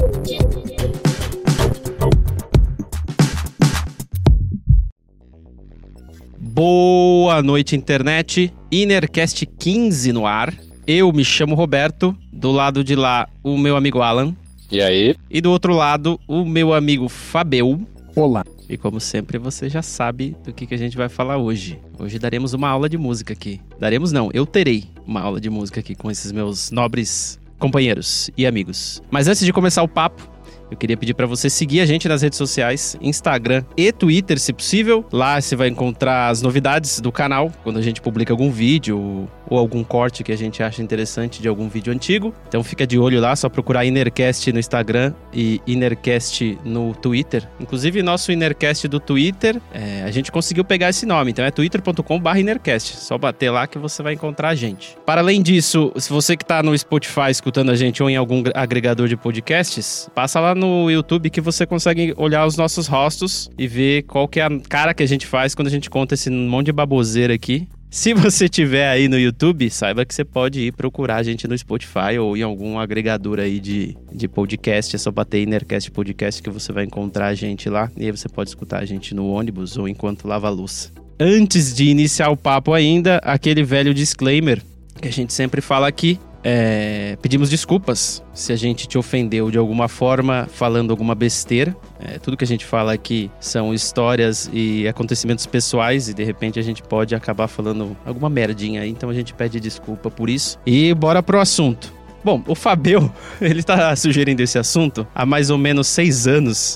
Boa noite, internet. Innercast 15 no ar. Eu me chamo Roberto. Do lado de lá, o meu amigo Alan. E aí? E do outro lado, o meu amigo Fabel. Olá. E como sempre, você já sabe do que a gente vai falar hoje. Hoje daremos uma aula de música aqui. Daremos não, eu terei uma aula de música aqui com esses meus nobres companheiros e amigos. Mas antes de começar o papo, eu queria pedir para você seguir a gente nas redes sociais, Instagram e Twitter, se possível. Lá você vai encontrar as novidades do canal, quando a gente publica algum vídeo ou algum corte que a gente acha interessante de algum vídeo antigo. Então fica de olho lá, só procurar Innercast no Instagram e Innercast no Twitter. Inclusive, nosso Innercast do Twitter, a gente conseguiu pegar esse nome, então é twitter.com/Innercast. Só bater lá que você vai encontrar a gente. Para além disso, se você que está no Spotify escutando a gente ou em algum agregador de podcasts, passa lá no YouTube que você consegue olhar os nossos rostos e ver qual que é a cara que a gente faz quando a gente conta esse monte de baboseira aqui. Se você tiver aí no YouTube, saiba que você pode ir procurar a gente no Spotify ou em algum agregador aí de podcast. É só bater Innercast Podcast que você vai encontrar a gente lá. E aí você pode escutar a gente no ônibus ou enquanto lava a louça. Antes de iniciar o papo ainda, aquele velho disclaimer que a gente sempre fala aqui. Pedimos desculpas se a gente te ofendeu de alguma forma falando alguma besteira. Tudo que a gente fala aqui são histórias e acontecimentos pessoais e de repente a gente pode acabar falando alguma merdinha aí, então a gente pede desculpa por isso. E bora pro assunto. Bom, o Fabel, ele tá sugerindo esse assunto há mais ou menos 6 anos.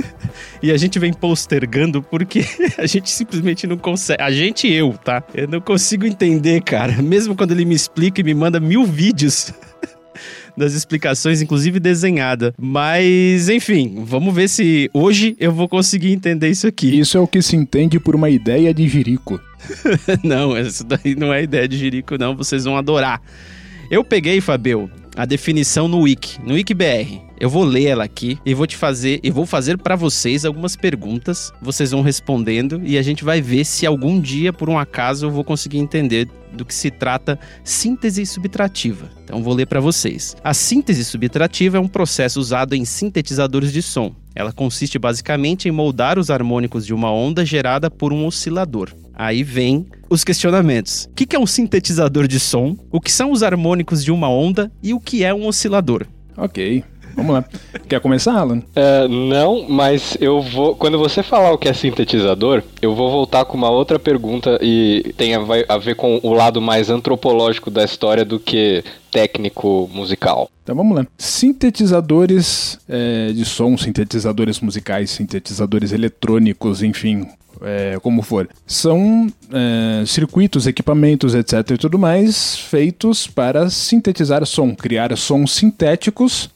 E a gente vem postergando porque a gente simplesmente não consegue. Tá? Eu não consigo entender, cara. Mesmo quando ele me explica e me manda 1000 vídeos das explicações, inclusive desenhada. Mas, enfim, vamos ver se hoje eu vou conseguir entender isso aqui. Isso é o que se entende por uma ideia de jirico. Não, isso daí não é ideia de jirico, não. Vocês vão adorar. Eu peguei, Fabel, a definição no WikiBR. Eu vou ler ela aqui e vou fazer para vocês algumas perguntas. Vocês vão respondendo e a gente vai ver se algum dia, por um acaso, eu vou conseguir entender do que se trata síntese subtrativa. Então vou ler para vocês. A síntese subtrativa é um processo usado em sintetizadores de som. Ela consiste basicamente em moldar os harmônicos de uma onda gerada por um oscilador. Aí vem os questionamentos. O que é um sintetizador de som? O que são os harmônicos de uma onda? E o que é um oscilador? Ok, vamos lá. Quer começar, Alan? Não, mas eu vou... Quando você falar o que é sintetizador, eu vou voltar com uma outra pergunta e tem a ver com o lado mais antropológico da história do que técnico musical. Então vamos lá. Sintetizadores de som, sintetizadores musicais, sintetizadores eletrônicos, enfim... como for, são circuitos, equipamentos, etc. e tudo mais, feitos para sintetizar som, criar sons sintéticos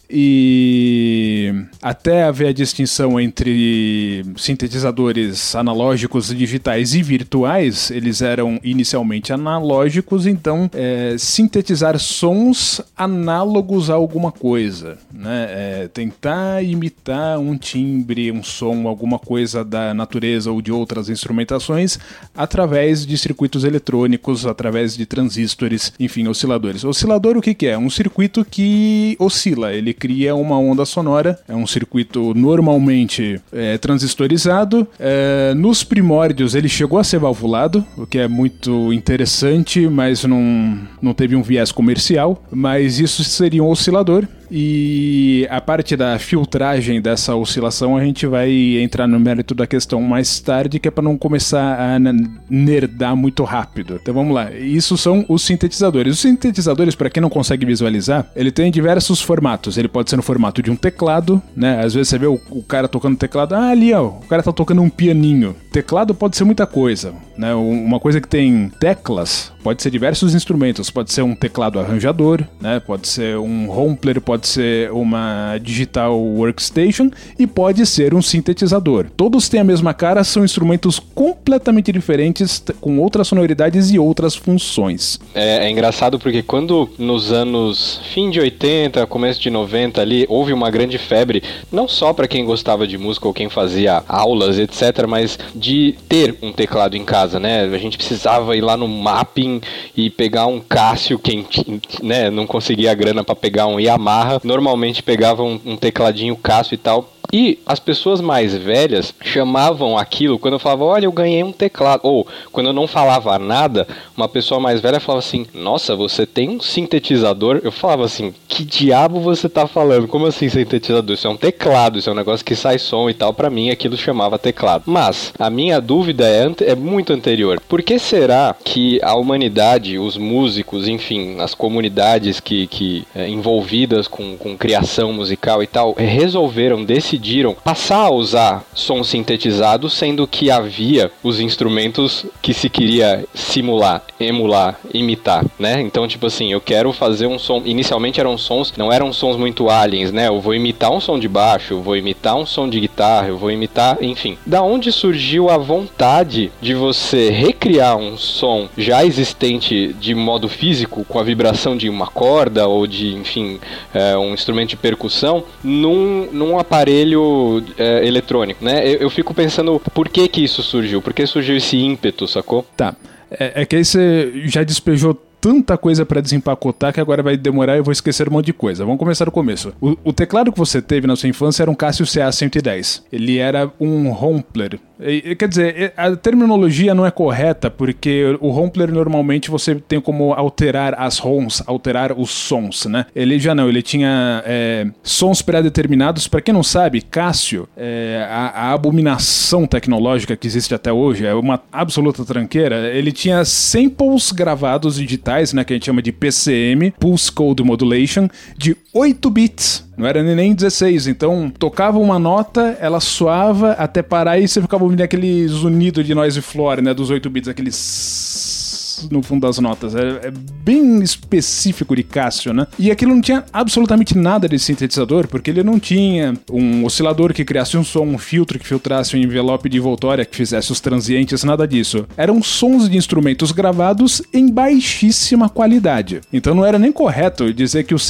e até haver a distinção entre sintetizadores analógicos, digitais e virtuais, eles eram inicialmente analógicos, então sintetizar sons análogos a alguma coisa, né? Tentar imitar um timbre, um som, alguma coisa da natureza ou de outras instrumentações através de circuitos eletrônicos, através de transistores, enfim, osciladores. Oscilador, o que é? Um circuito que oscila, ele cria uma onda sonora, é um circuito normalmente transistorizado. Nos primórdios ele chegou a ser valvulado, o que é muito interessante, mas não teve um viés comercial, mas isso seria um oscilador. E a parte da filtragem dessa oscilação a gente vai entrar no mérito da questão mais tarde, que é para não começar a nerdar muito rápido. Então vamos lá, isso são os sintetizadores. Os sintetizadores, para quem não consegue visualizar, ele tem diversos formatos. Ele pode ser no formato de um teclado, né? Às vezes você vê o cara tocando teclado, ali ó, o cara tá tocando um pianinho. Teclado pode ser muita coisa, né? Uma coisa que tem teclas pode ser diversos instrumentos, pode ser um teclado arranjador, né? Pode ser um Rompler, pode ser uma Digital Workstation e pode ser um sintetizador. Todos têm a mesma cara, são instrumentos completamente diferentes, com outras sonoridades e outras funções. É engraçado porque quando nos anos fim de 80, começo de 90 ali, houve uma grande febre, não só para quem gostava de música ou quem fazia aulas, etc., mas de ter um teclado em casa, né? A gente precisava ir lá no Mapping e pegar um Cássio, quem, né, não conseguia a grana para pegar um Yamaha, guitarra, normalmente pegavam um tecladinho Casio e tal. E as pessoas mais velhas chamavam aquilo, quando eu falava, olha, eu ganhei um teclado. Ou, quando eu não falava nada, uma pessoa mais velha falava assim, nossa, você tem um sintetizador? Eu falava assim, que diabo você tá falando? Como assim sintetizador? Isso é um teclado, isso é um negócio que sai som e tal. Pra mim, aquilo chamava teclado. Mas, a minha dúvida é muito anterior. Por que será que a humanidade, os músicos, enfim, as comunidades envolvidas com criação musical e tal, resolveram decidiram passar a usar som sintetizado, sendo que havia os instrumentos que se queria simular, emular, imitar, né? Então, tipo assim, eu quero fazer um som... Inicialmente não eram sons muito aliens, né? Eu vou imitar um som de baixo, eu vou imitar um som de guitarra, eu vou imitar... Enfim. Da onde surgiu a vontade de você recriar um som já existente de modo físico, com a vibração de uma corda ou de, enfim, um instrumento de percussão, num aparelho eletrônico, né? Eu fico pensando por que isso surgiu? Por que surgiu esse ímpeto, sacou? Tá. É que aí você já despejou tanta coisa pra desempacotar que agora vai demorar e eu vou esquecer um monte de coisa. Vamos começar do começo. O teclado que você teve na sua infância era um Casio CA-110. Ele era um Rompler. Quer dizer, a terminologia não é correta, porque o Rompler normalmente você tem como alterar as ROMs, alterar os sons, né? Ele já não, ele tinha sons pré-determinados. Pra quem não sabe, Casio, a abominação tecnológica que existe até hoje, é uma absoluta tranqueira. Ele tinha samples gravados digitais, né, que a gente chama de PCM, Pulse Code Modulation, de 8 bits. Não era nem 16, então tocava uma nota, ela soava até parar e você ficava ouvindo aquele zunido de noise floor, né, dos 8 bits, aqueles no fundo das notas. É bem específico de Casio, né? E aquilo não tinha absolutamente nada de sintetizador, porque ele não tinha um oscilador que criasse um som, um filtro que filtrasse um envelope de Voltória que fizesse os transientes, nada disso. Eram sons de instrumentos gravados em baixíssima qualidade. Então não era nem correto dizer que o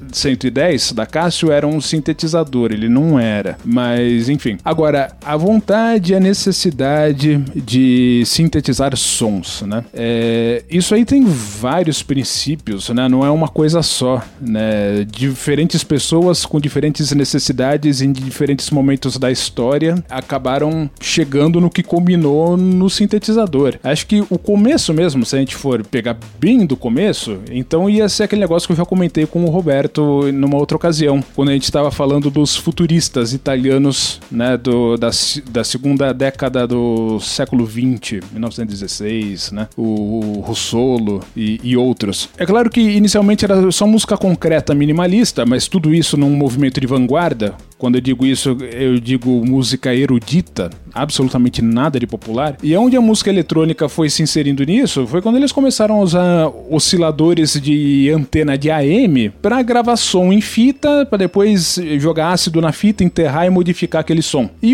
CA-110 da Casio era um sintetizador, ele não era. Mas, enfim. Agora, a vontade e a necessidade de sintetizar sons, né? Isso aí tem vários princípios, né? Não é uma coisa só, né? Diferentes pessoas com diferentes necessidades em diferentes momentos da história acabaram chegando no que combinou no sintetizador. Acho que o começo mesmo, se a gente for pegar bem do começo, então ia ser aquele negócio que eu já comentei com o Roberto numa outra ocasião, quando a gente estava falando dos futuristas italianos, né? Da segunda década do século XX, 1916, né? O Russolo e outros. É claro que inicialmente era só música concreta, minimalista, mas tudo isso num movimento de vanguarda. Quando eu digo isso, eu digo música erudita, absolutamente nada de popular. E onde a música eletrônica foi se inserindo nisso foi quando eles começaram a usar osciladores de antena de AM para gravar som em fita, para depois jogar ácido na fita, enterrar e modificar aquele som. E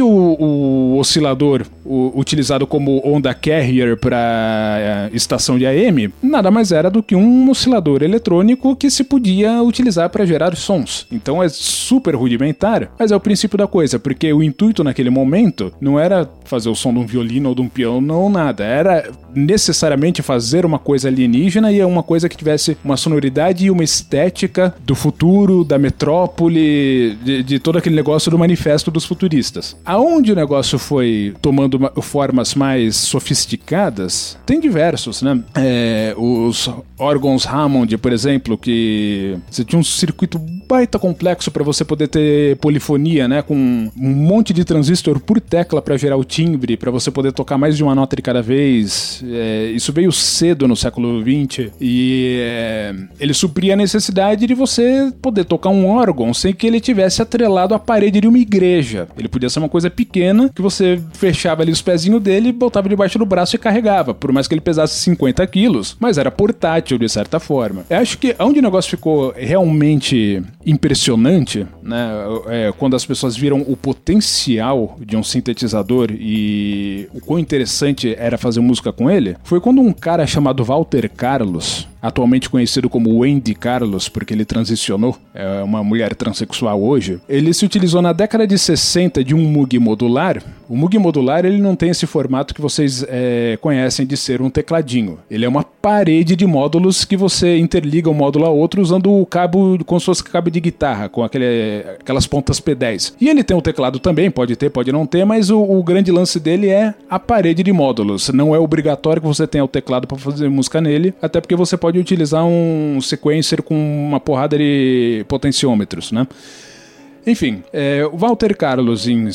o oscilador utilizado como onda carrier para estação de AM nada mais era do que um oscilador eletrônico que se podia utilizar para gerar sons. Então é super rudimentar, mas é o princípio da coisa, porque o intuito naquele momento não era fazer o som de um violino ou de um piano ou nada, era necessariamente fazer uma coisa alienígena e uma coisa que tivesse uma sonoridade e uma estética do futuro, da metrópole, de todo aquele negócio do manifesto dos futuristas. Aonde o negócio foi tomando formas mais sofisticadas, tem diversos, né? Os órgãos Hammond, por exemplo, que você tinha um circuito baita complexo para você poder ter polifonia, né? Com um monte de transistor por tecla para gerar o timbre, para você poder tocar mais de uma nota de cada vez. Isso veio cedo no século XX e ele supria a necessidade de você poder tocar um órgão sem que ele tivesse atrelado à parede de uma igreja. Ele podia ser uma coisa pequena que você fechava ali os pezinhos dele, botava debaixo do braço e carregava, por mais que ele pesasse 50 quilos, mas era portátil de certa forma. Eu acho que onde o negócio ficou realmente impressionante, né, quando as pessoas viram o potencial de um sintetizador e o quão interessante era fazer música com ele, foi quando um cara chamado Walter Carlos, atualmente conhecido como Wendy Carlos, porque ele transicionou, é uma mulher transexual hoje, ele se utilizou na década de 60 de um Moog modular. O Moog modular, ele não tem esse formato que vocês conhecem de ser um tecladinho. Ele é uma parede de módulos que você interliga um módulo a outro usando o cabo, como se fosse cabo de guitarra, com aquelas pontas P10. E ele tem um teclado também, pode ter, pode não ter, mas o grande lance dele é a parede de módulos. Não é obrigatório que você tenha o teclado para fazer música nele, até porque você pode utilizar um sequencer com uma porrada de potenciômetros, né? Enfim, o Walter Carlos, em,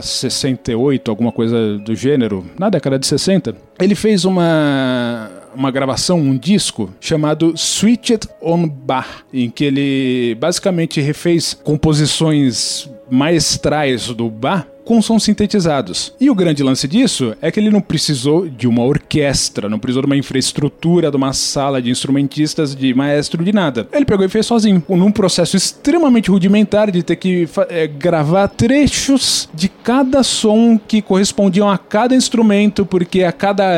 68, alguma coisa do gênero, na década de 60, ele fez uma gravação, um disco chamado Switched on Bach, em que ele basicamente refez composições maestrais do Bach com sons sintetizados. E o grande lance disso é que ele não precisou de uma orquestra, não precisou de uma infraestrutura, de uma sala de instrumentistas, de maestro, de nada. Ele pegou e fez sozinho, num processo extremamente rudimentar de ter que gravar trechos de cada som que correspondiam a cada instrumento, porque a cada,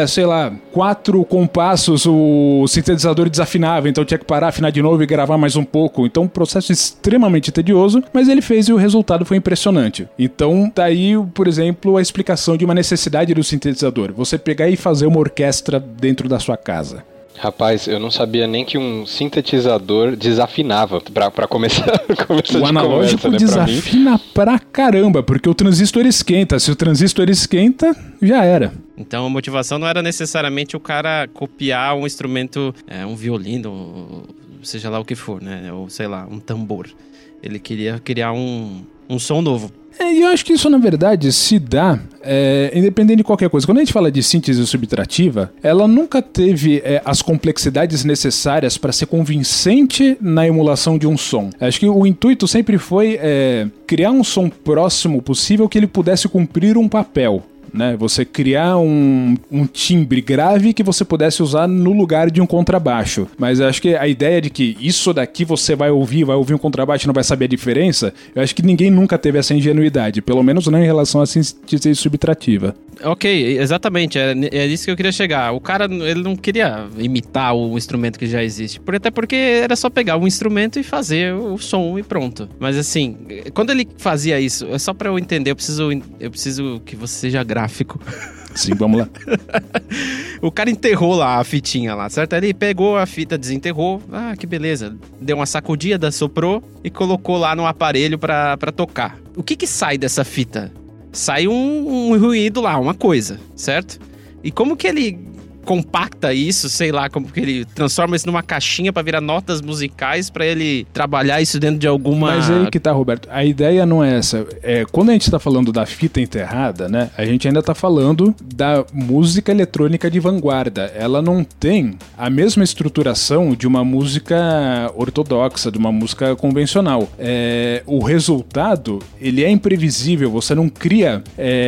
4 compassos o sintetizador desafinava, então tinha que parar, afinar de novo e gravar mais um pouco. Então um processo extremamente tedioso, mas ele fez e o resultado foi impressionante. Então daí, por exemplo, a explicação de uma necessidade do sintetizador. Você pegar e fazer uma orquestra dentro da sua casa. Rapaz, eu não sabia nem que um sintetizador desafinava pra começar o analógico conversa, né, desafina pra caramba, porque o transistor esquenta. Se o transistor esquenta, já era. Então a motivação não era necessariamente o cara copiar um instrumento, um violino, seja lá o que for, né? Ou sei lá, um tambor. Ele queria criar um som novo. E eu acho que isso, na verdade, se dá independente de qualquer coisa. Quando a gente fala de síntese subtrativa, ela nunca teve as complexidades necessárias para ser convincente na emulação de um som. Acho que o intuito sempre foi criar um som próximo possível que ele pudesse cumprir um papel. Né? Você criar um timbre grave que você pudesse usar no lugar de um contrabaixo. Mas eu acho que a ideia de que isso daqui você vai ouvir um contrabaixo e não vai saber a diferença, eu acho que ninguém nunca teve essa ingenuidade, pelo menos não em relação à síntese subtrativa. Ok, exatamente, é isso que eu queria chegar. O cara, ele não queria imitar o instrumento que já existe, até porque era só pegar um instrumento e fazer o som e pronto. Mas assim, quando ele fazia isso, é só pra eu entender, eu preciso que você seja gráfico. Sim, vamos lá. O cara enterrou lá a fitinha lá, certo? Ele pegou a fita, desenterrou, que beleza. Deu uma sacudida, soprou e colocou lá no aparelho pra tocar. O que sai dessa fita? Sai um ruído lá, uma coisa, certo? E como que ele compacta isso, sei lá, como que ele transforma isso numa caixinha pra virar notas musicais pra ele trabalhar isso dentro de alguma... Mas aí que tá, Roberto, a ideia não é essa. Quando a gente tá falando da fita enterrada, né, a gente ainda tá falando da música eletrônica de vanguarda. Ela não tem a mesma estruturação de uma música ortodoxa, de uma música convencional. O resultado, ele é imprevisível, você não cria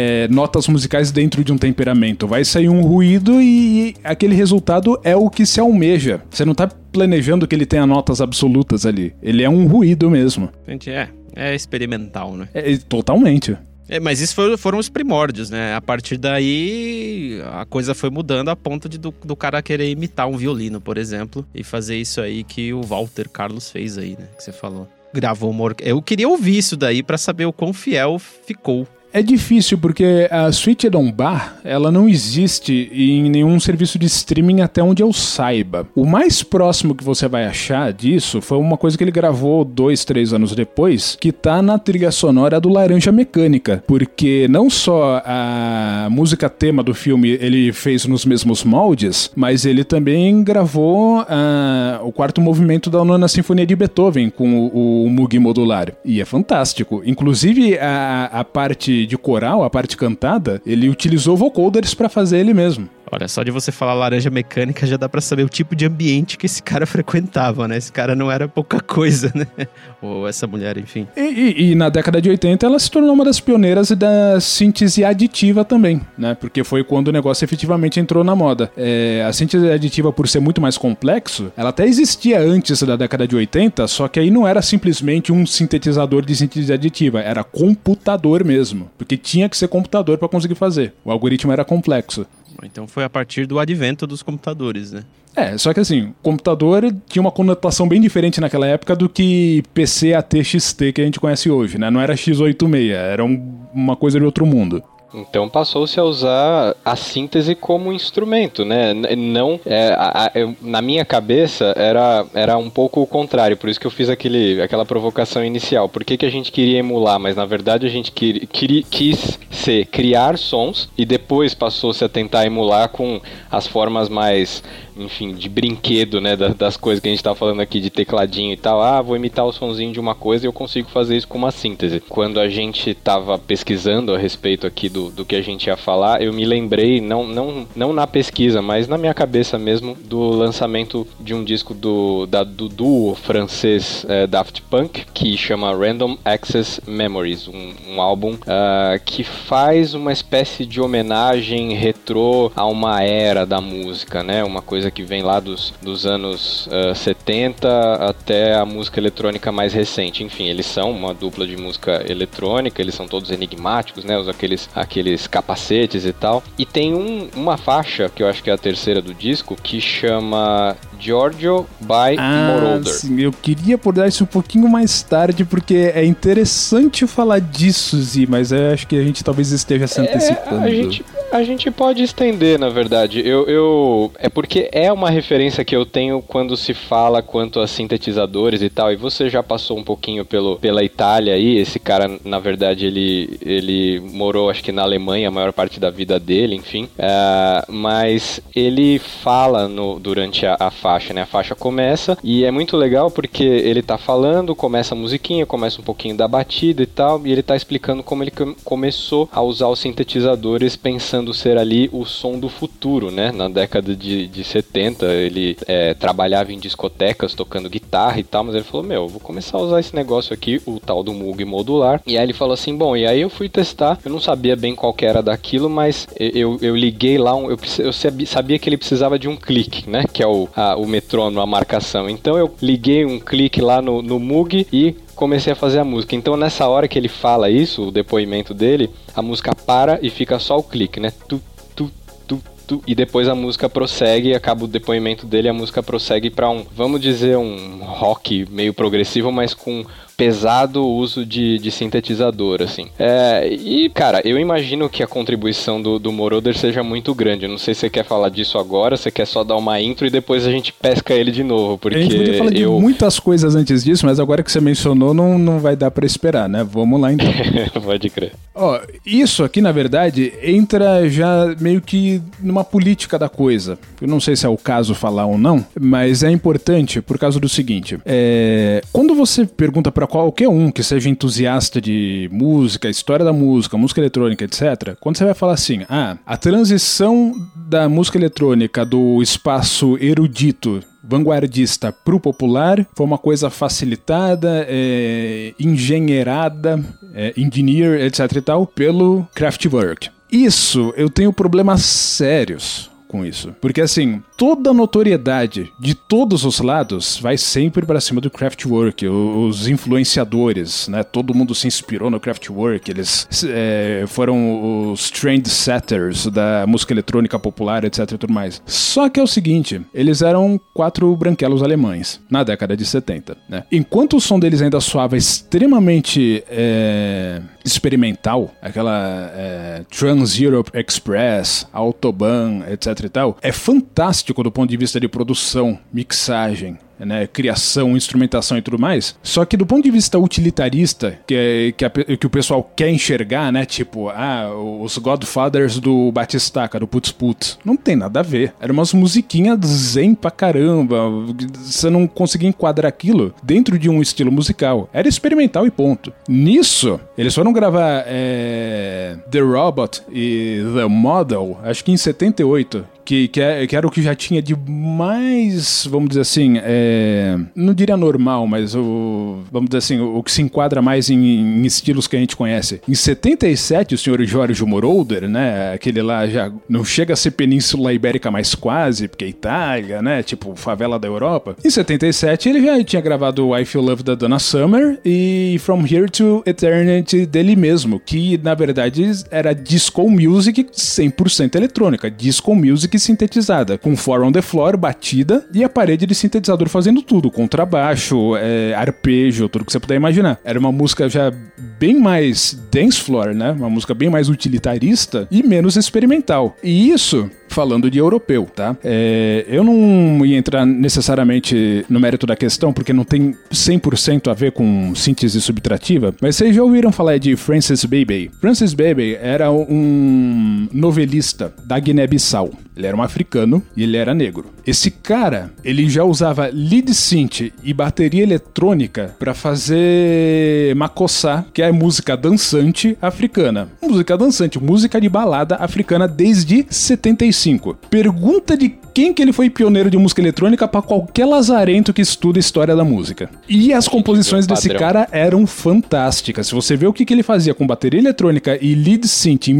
notas musicais dentro de um temperamento. Vai sair um ruído e aquele resultado é o que se almeja. Você não tá planejando que ele tenha notas absolutas ali. Ele é um ruído mesmo. Gente, é experimental, né? Totalmente. Mas isso foram os primórdios, né? A partir daí, a coisa foi mudando a ponto do cara querer imitar um violino, por exemplo, e fazer isso aí que o Walter Carlos fez aí, né? Que você falou. Gravou uma Eu queria ouvir isso daí pra saber o quão fiel ficou. É difícil porque a Switched on Bach, ela não existe em nenhum serviço de streaming até onde eu saiba. O mais próximo que você vai achar disso foi uma coisa que ele gravou 2, 3 anos depois, que tá na trilha sonora do Laranja Mecânica, porque não só a música tema do filme ele fez nos mesmos moldes, mas ele também gravou o quarto movimento da Nona Sinfonia de Beethoven com o Moog modular. E é fantástico. Inclusive a parte de coral, a parte cantada, ele utilizou vocoders pra fazer ele mesmo. Olha, só de você falar Laranja Mecânica já dá pra saber o tipo de ambiente que esse cara frequentava, né? Esse cara não era pouca coisa, né? Ou essa mulher, enfim. E na década de 80 ela se tornou uma das pioneiras da síntese aditiva também, né? Porque foi quando o negócio efetivamente entrou na moda. A síntese aditiva, por ser muito mais complexo, ela até existia antes da década de 80, só que aí não era simplesmente um sintetizador de síntese aditiva, era computador mesmo. Porque tinha que ser computador pra conseguir fazer. O algoritmo era complexo. Então foi a partir do advento dos computadores, né? Só que assim, computador tinha uma conotação bem diferente naquela época do que PC AT-XT que a gente conhece hoje, né? Não era x86, era uma coisa de outro mundo. Então passou-se a usar a síntese como instrumento, né? Não, na minha cabeça era um pouco o contrário, por isso que eu fiz aquela provocação inicial. Por que a gente queria emular, mas na verdade a gente quis criar sons e depois passou-se a tentar emular com as formas mais, enfim, de brinquedo, né? Das coisas que a gente tá falando aqui, de tecladinho e tal. Vou imitar o sonzinho de uma coisa e eu consigo fazer isso com uma síntese. Quando a gente tava pesquisando a respeito aqui do que a gente ia falar, eu me lembrei, não na pesquisa, mas na minha cabeça mesmo, do lançamento de um disco do duo francês Daft Punk, que chama Random Access Memories, um álbum que faz uma espécie de homenagem retrô a uma era da música, né? Uma coisa que vem lá dos anos 70 até a música eletrônica mais recente. Enfim, eles são uma dupla de música eletrônica, eles são todos enigmáticos, né? Usam aqueles capacetes e tal. E tem uma faixa, que eu acho que é a terceira do disco, que chama Giorgio by Moroder. Sim, eu queria abordar isso um pouquinho mais tarde, porque é interessante falar disso, Zi, mas eu acho que a gente talvez esteja se antecipando. A gente pode estender, na verdade. É porque é uma referência que eu tenho quando se fala quanto a sintetizadores e tal, e você já passou um pouquinho pela Itália aí. Esse cara, na verdade, ele morou, acho que na Alemanha, a maior parte da vida dele, enfim. Mas ele fala durante a faixa, né? A faixa começa, e é muito legal porque ele tá falando, começa a musiquinha, começa um pouquinho da batida e tal, e ele tá explicando como ele começou a usar os sintetizadores pensando ser ali o som do futuro, né? Na década de 70, ele trabalhava em discotecas tocando guitarra e tal, mas ele falou, eu vou começar a usar esse negócio aqui, o tal do Moog modular. E aí ele falou assim, e aí eu fui testar, eu não sabia bem qual que era daquilo, mas eu liguei lá, eu sabia que ele precisava de um clique, né? Que é o metrônomo, a marcação. Então eu liguei um clique lá no Moog e comecei a fazer a música. Então nessa hora que ele fala isso, o depoimento dele, a música para e fica só o clique, né? E depois a música prossegue, acaba o depoimento dele, a música prossegue para vamos dizer, um rock meio progressivo, mas com pesado uso de sintetizador, assim. E, cara, eu imagino que a contribuição do Moroder seja muito grande. Eu não sei se você quer falar disso agora, você quer só dar uma intro e depois a gente pesca ele de novo, porque a gente podia falar de muitas coisas antes disso, mas agora que você mencionou, não vai dar pra esperar, né? Vamos lá, então. Pode crer. Isso aqui, na verdade, entra já meio que numa política da coisa. Eu não sei se é o caso falar ou não, mas é importante por causa do seguinte. Quando você pergunta pra qualquer um que seja entusiasta de música, história da música eletrônica, etc., quando você vai falar assim, a transição da música eletrônica do espaço erudito vanguardista pro popular foi uma coisa facilitada, engenheirada, engineer, etc e tal, pelo Kraftwerk. Isso, eu tenho problemas sérios com isso. Porque, assim, toda a notoriedade de todos os lados vai sempre para cima do Kraftwerk, os influenciadores, né? Todo mundo se inspirou no Kraftwerk, eles foram os trendsetters da música eletrônica popular, etc e tudo mais. Só que é o seguinte, eles eram 4 branquelos alemães na década de 70, né? Enquanto o som deles ainda soava extremamente experimental, aquela Trans-Europe Express, Autobahn, etc e tal, é fantástico do ponto de vista de produção, mixagem, né, criação, instrumentação e tudo mais. Só que do ponto de vista utilitarista, que o pessoal quer enxergar, né, tipo, os Godfathers do Batistaca, do Putz Putz, não tem nada a ver. Eram umas musiquinhas zen pra caramba, você não conseguia enquadrar aquilo dentro de um estilo musical. Era experimental e ponto. Nisso, eles foram gravar The Robot e The Model, acho que em 78, que era o que já tinha de mais, vamos dizer assim, não diria normal, mas vamos dizer assim, o que se enquadra mais em estilos que a gente conhece. Em 77, o senhor Jorge Moroder, né, aquele lá já não chega a ser Península Ibérica mais quase, porque é Itália, né, tipo favela da Europa. Em 77, ele já tinha gravado I Feel Love da Donna Summer e From Here to Eternity dele mesmo, que na verdade era disco music 100% eletrônica, disco music sintetizada, com Four on the Floor, batida e a parede de sintetizador fazendo tudo, contrabaixo, arpejo, tudo que você puder imaginar. Era uma música já bem mais dance floor, né? Uma música bem mais utilitarista e menos experimental. E isso falando de europeu, tá? Eu não ia entrar necessariamente no mérito da questão, porque não tem 100% a ver com síntese subtrativa, mas vocês já ouviram falar de Francis Bebey? Francis Bebey era um novelista da Guiné-Bissau. Ele era um africano e ele era negro. Esse cara, ele já usava lead synth e bateria eletrônica pra fazer makossa, que é música dançante africana. Música dançante, música de balada africana desde 75. Pergunta de quem que ele foi pioneiro de música eletrônica pra qualquer lazarento que estuda a história da música. E as composições desse cara eram fantásticas. Se você vê o que ele fazia com bateria eletrônica e lead synth em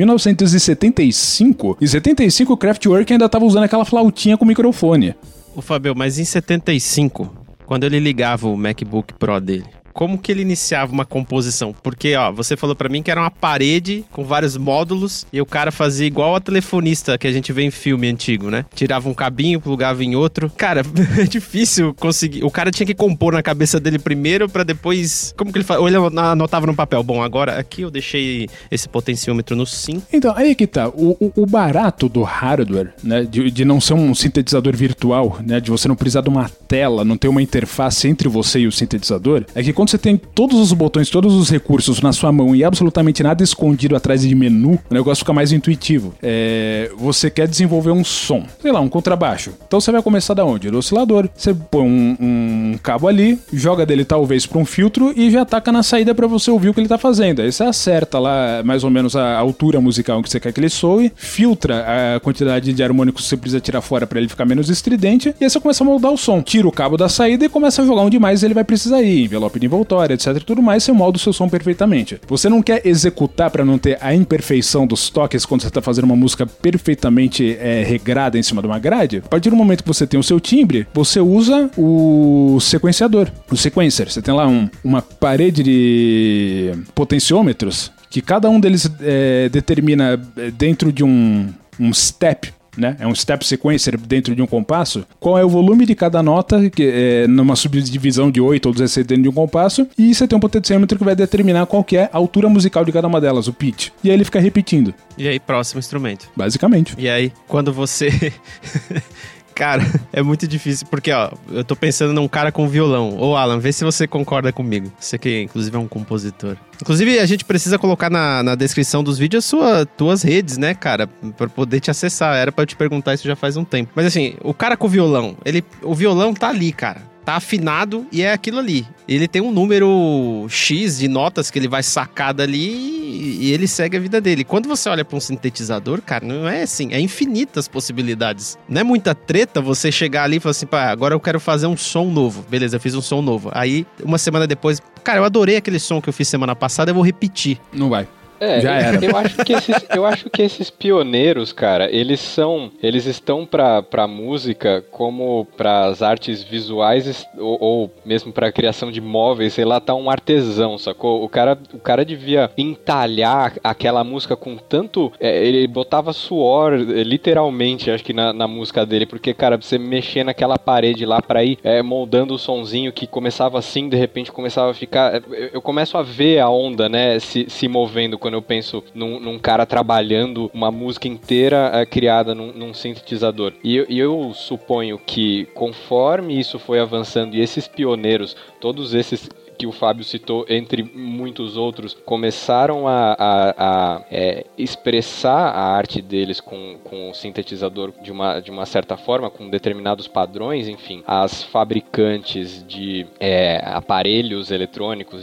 1975, em 75 o Kraftwerk ainda tava usando aquela flautinha com microfone. Ô Fabio, mas em 75, quando ele ligava o MacBook Pro dele, como que ele iniciava uma composição? Porque, ó, você falou pra mim que era uma parede com vários módulos e o cara fazia igual a telefonista que a gente vê em filme antigo, né? Tirava um cabinho, plugava em outro. Cara, é difícil conseguir. O cara tinha que compor na cabeça dele primeiro pra depois... Como que ele fazia? Ou ele anotava no papel. Bom, agora aqui eu deixei esse potenciômetro no 5. Então, aí que tá. O barato do hardware, né? De não ser um sintetizador virtual, né? De você não precisar de uma tela, não ter uma interface entre você e o sintetizador, é que quando você tem todos os botões, todos os recursos na sua mão e absolutamente nada escondido atrás de menu, o negócio fica mais intuitivo. Você quer desenvolver um som, sei lá, um contrabaixo. Então você vai começar da onde? Do oscilador. Você põe um cabo ali, joga dele talvez para um filtro e já taca na saída para você ouvir o que ele tá fazendo. Aí você acerta lá mais ou menos a altura musical que você quer que ele soe, filtra a quantidade de harmônicos que você precisa tirar fora para ele ficar menos estridente, e aí você começa a moldar o som. Tira o cabo da saída e começa a jogar onde mais ele vai precisar ir, envelope de envoltório, etc e tudo mais, você molda o seu som perfeitamente. Você não quer executar para não ter a imperfeição dos toques quando você tá fazendo uma música perfeitamente regrada em cima de uma grade? A partir do momento que você tem o seu timbre, você usa o sequenciador, o sequencer. Você tem lá uma parede de potenciômetros que cada um deles determina dentro de um step, né? É um step sequencer dentro de um compasso. Qual é o volume de cada nota, que é numa subdivisão de 8 ou 16 dentro de um compasso, e você tem um potenciômetro que vai determinar qual que é a altura musical de cada uma delas, o pitch. E aí ele fica repetindo. E aí, próximo instrumento. Basicamente. E aí, quando você... Cara, é muito difícil, porque, ó, eu tô pensando num cara com violão. Ô, Alan, vê se você concorda comigo. Você que, inclusive, é um compositor. Inclusive, a gente precisa colocar na descrição dos vídeos tuas redes, né, cara? Pra poder te acessar. Era pra eu te perguntar isso já faz um tempo. Mas, assim, o cara com violão, o violão tá ali, cara. Tá afinado e é aquilo ali. Ele tem um número X de notas que ele vai sacar dali e ele segue a vida dele. Quando você olha pra um sintetizador, cara, não é assim, é infinitas possibilidades. Não é muita treta você chegar ali e falar assim, pá, agora eu quero fazer um som novo. Beleza, eu fiz um som novo. Aí, uma semana depois, cara, eu adorei aquele som que eu fiz semana passada, eu vou repetir. Não vai. Já era. Eu acho que esses pioneiros, cara, eles estão pra música como pras artes visuais ou mesmo pra criação de móveis, sei lá, tá um artesão, sacou? O cara devia entalhar aquela música com tanto... ele botava suor, literalmente, acho que na música dele, porque, cara, você mexer naquela parede lá pra ir moldando o sonzinho que começava assim, de repente começava a ficar... Eu começo a ver a onda, né, se movendo quando eu penso num cara trabalhando uma música inteira criada num sintetizador. E eu suponho que conforme isso foi avançando e esses pioneiros, todos esses que o Fábio citou, entre muitos outros, começaram a expressar a arte deles com o sintetizador de uma certa forma, com determinados padrões, enfim, as fabricantes de aparelhos eletrônicos,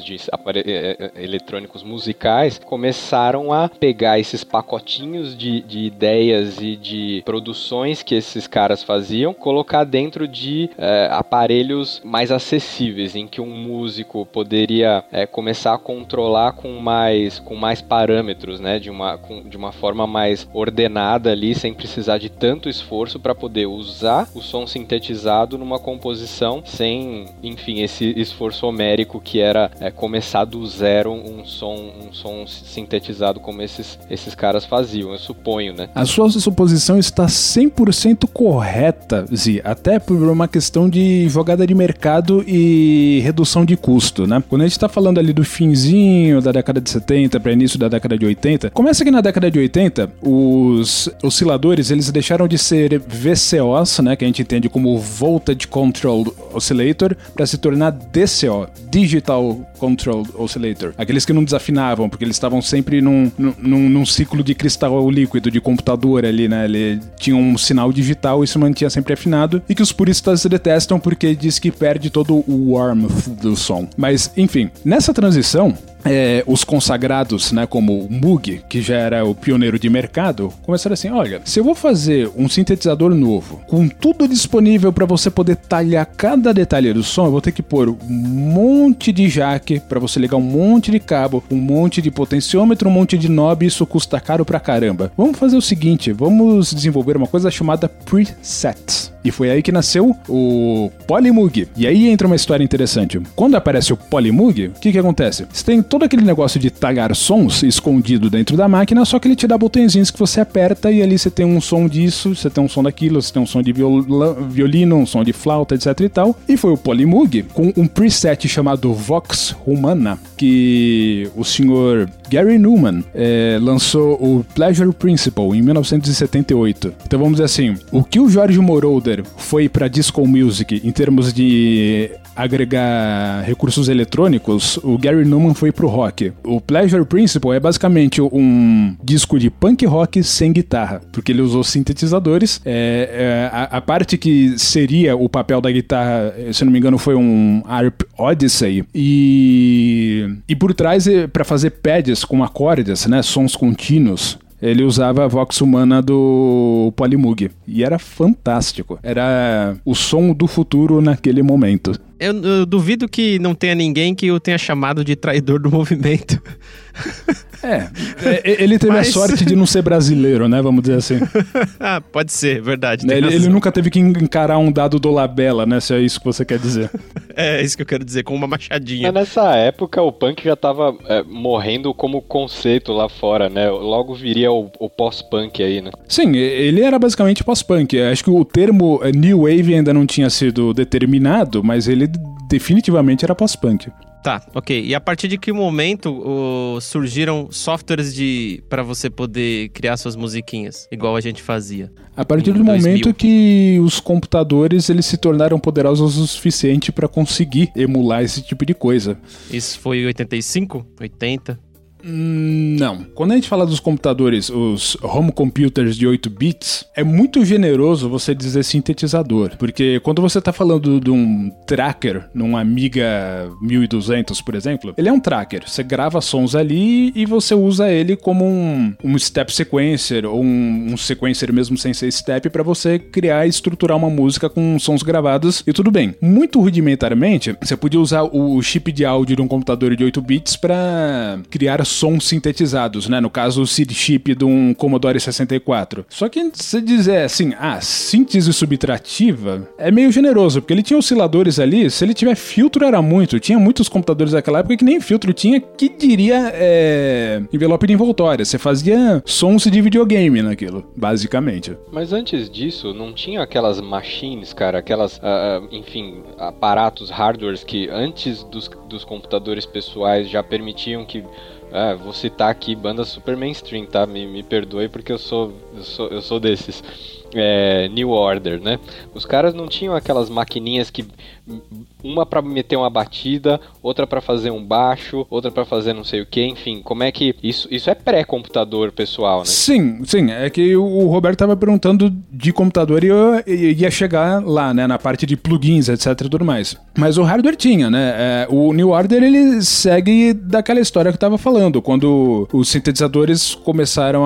eletrônicos musicais, começaram a pegar esses pacotinhos de ideias e de produções que esses caras faziam, colocar dentro de aparelhos mais acessíveis, em que um músico poderia começar a controlar com mais parâmetros, né, de uma forma mais ordenada ali, sem precisar de tanto esforço para poder usar o som sintetizado numa composição sem, enfim, esse esforço homérico que era começar do zero um som sintetizado como esses caras faziam, eu suponho, né? A sua suposição está 100% correta, Zi, até por uma questão de jogada de mercado e redução de custo, né? Quando a gente tá falando ali do finzinho da década de 70 para início da década de 80, começa que na década de 80, os osciladores, eles deixaram de ser VCOs, né, que a gente entende como Voltage Control Oscillator, para se tornar DCO, Digital Control Oscillator. Aqueles que não desafinavam, porque eles estavam sempre num ciclo de cristal líquido de computador ali, né? Ele tinha um sinal digital e se mantinha sempre afinado, e que os puristas detestam porque diz que perde todo o warmth do som. Mas, enfim, nessa transição, os consagrados, né, como o Moog, que já era o pioneiro de mercado, começaram assim, olha, se eu vou fazer um sintetizador novo, com tudo disponível para você poder talhar cada detalhe do som, eu vou ter que pôr um monte de jack para você ligar um monte de cabo, um monte de potenciômetro, um monte de knob, isso custa caro pra caramba. Vamos fazer o seguinte, vamos desenvolver uma coisa chamada presets. E foi aí que nasceu o Polymoog. E aí entra uma história interessante. Quando aparece o Polymoog, o que acontece? Você tem todo aquele negócio de talhar sons escondido dentro da máquina, só que ele te dá botõezinhos que você aperta e ali você tem um som disso, você tem um som daquilo, você tem um som de violino, um som de flauta, etc e tal. E foi o Polymoog com um preset chamado Vox Humana, que o senhor Gary Numan lançou o Pleasure Principle em 1978. Então vamos dizer assim, o que o George Moroder foi para disco music em termos de agregar recursos eletrônicos, o Gary Numan foi pro rock. O Pleasure Principle é basicamente um disco de punk rock sem guitarra, porque ele usou sintetizadores. A parte que seria o papel da guitarra, se não me engano, foi um Harp Odyssey, e por trás, para fazer pads com acordes, né, sons contínuos, ele usava a Vox Humana do Polymoog. E era fantástico. Era o som do futuro naquele momento. Eu duvido que não tenha ninguém que o tenha chamado de traidor do movimento. Ele teve a sorte de não ser brasileiro, né? Vamos dizer assim. Pode ser, verdade. Ele nunca teve que encarar um dado do Labella, né? Se é isso que você quer dizer. É isso que eu quero dizer, com uma machadinha. Mas nessa época o punk já tava morrendo como conceito lá fora, né? Logo viria o pós-punk aí, né? Sim, ele era basicamente pós-punk. Acho que o termo New Wave ainda não tinha sido determinado, mas ele definitivamente era pós-punk. Tá, ok. E a partir de que momento surgiram softwares para você poder criar suas musiquinhas, igual a gente fazia? A partir do momento que os computadores eles se tornaram poderosos o suficiente para conseguir emular esse tipo de coisa. Isso foi em 85? 80? Não. Quando a gente fala dos computadores, os home computers de 8 bits, é muito generoso você dizer sintetizador, porque quando você tá falando de um tracker, num Amiga 1200, por exemplo, ele é um tracker. Você grava sons ali e você usa ele como um step sequencer, ou um sequencer mesmo sem ser step, para você criar e estruturar uma música com sons gravados, e tudo bem. Muito rudimentarmente, você podia usar o chip de áudio de um computador de 8 bits para criar sons sintetizados, né? No caso, o seed chip de um Commodore 64. Só que se dizer assim, síntese subtrativa, é meio generoso, porque ele tinha osciladores ali, se ele tiver filtro era muito. Tinha muitos computadores daquela época que nem filtro tinha, que diria envelope de envoltória. Você fazia sons de videogame naquilo, basicamente. Mas antes disso, não tinha aquelas machines, cara, aquelas, enfim, aparatos, hardwares que antes dos computadores pessoais já permitiam que Vou citar aqui bandas super mainstream, tá? Me perdoe porque eu sou desses. New Order, né? Os caras não tinham aquelas maquininhas que uma pra meter uma batida, outra pra fazer um baixo, outra pra fazer não sei o que, enfim, como é que isso é pré-computador pessoal, né? Sim, é que o Roberto tava perguntando de computador e eu ia chegar lá, né, na parte de plugins, etc e tudo mais. Mas o hardware tinha, né? O New Order, ele segue daquela história que eu tava falando, quando os sintetizadores começaram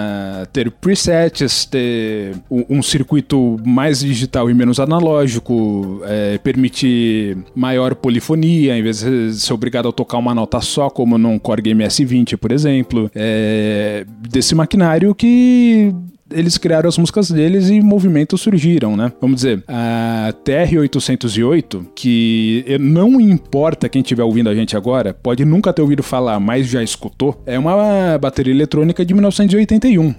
a ter presets, ter um circuito mais digital e menos analógico, permitir maior polifonia, em vez de ser obrigado a tocar uma nota só, como num Korg MS-20, por exemplo. Desse maquinário que eles criaram as músicas deles e movimentos surgiram, né? Vamos dizer, a TR-808, que não importa quem estiver ouvindo a gente agora, pode nunca ter ouvido falar, mas já escutou, é uma bateria eletrônica de 1981.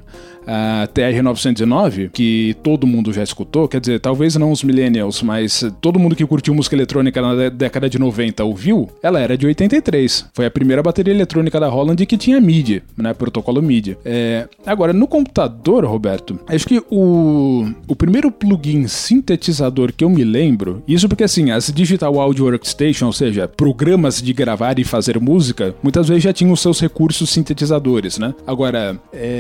A TR-909, que todo mundo já escutou, quer dizer, talvez não os millennials, mas todo mundo que curtiu música eletrônica na década de 90 ouviu, ela era de 83. Foi a primeira bateria eletrônica da Roland que tinha MIDI, né, protocolo MIDI. Agora, no computador, Roberto, acho que o primeiro plugin sintetizador que eu me lembro, isso porque assim, as Digital Audio Workstation, ou seja, programas de gravar e fazer música, muitas vezes já tinham os seus recursos sintetizadores, né? Agora,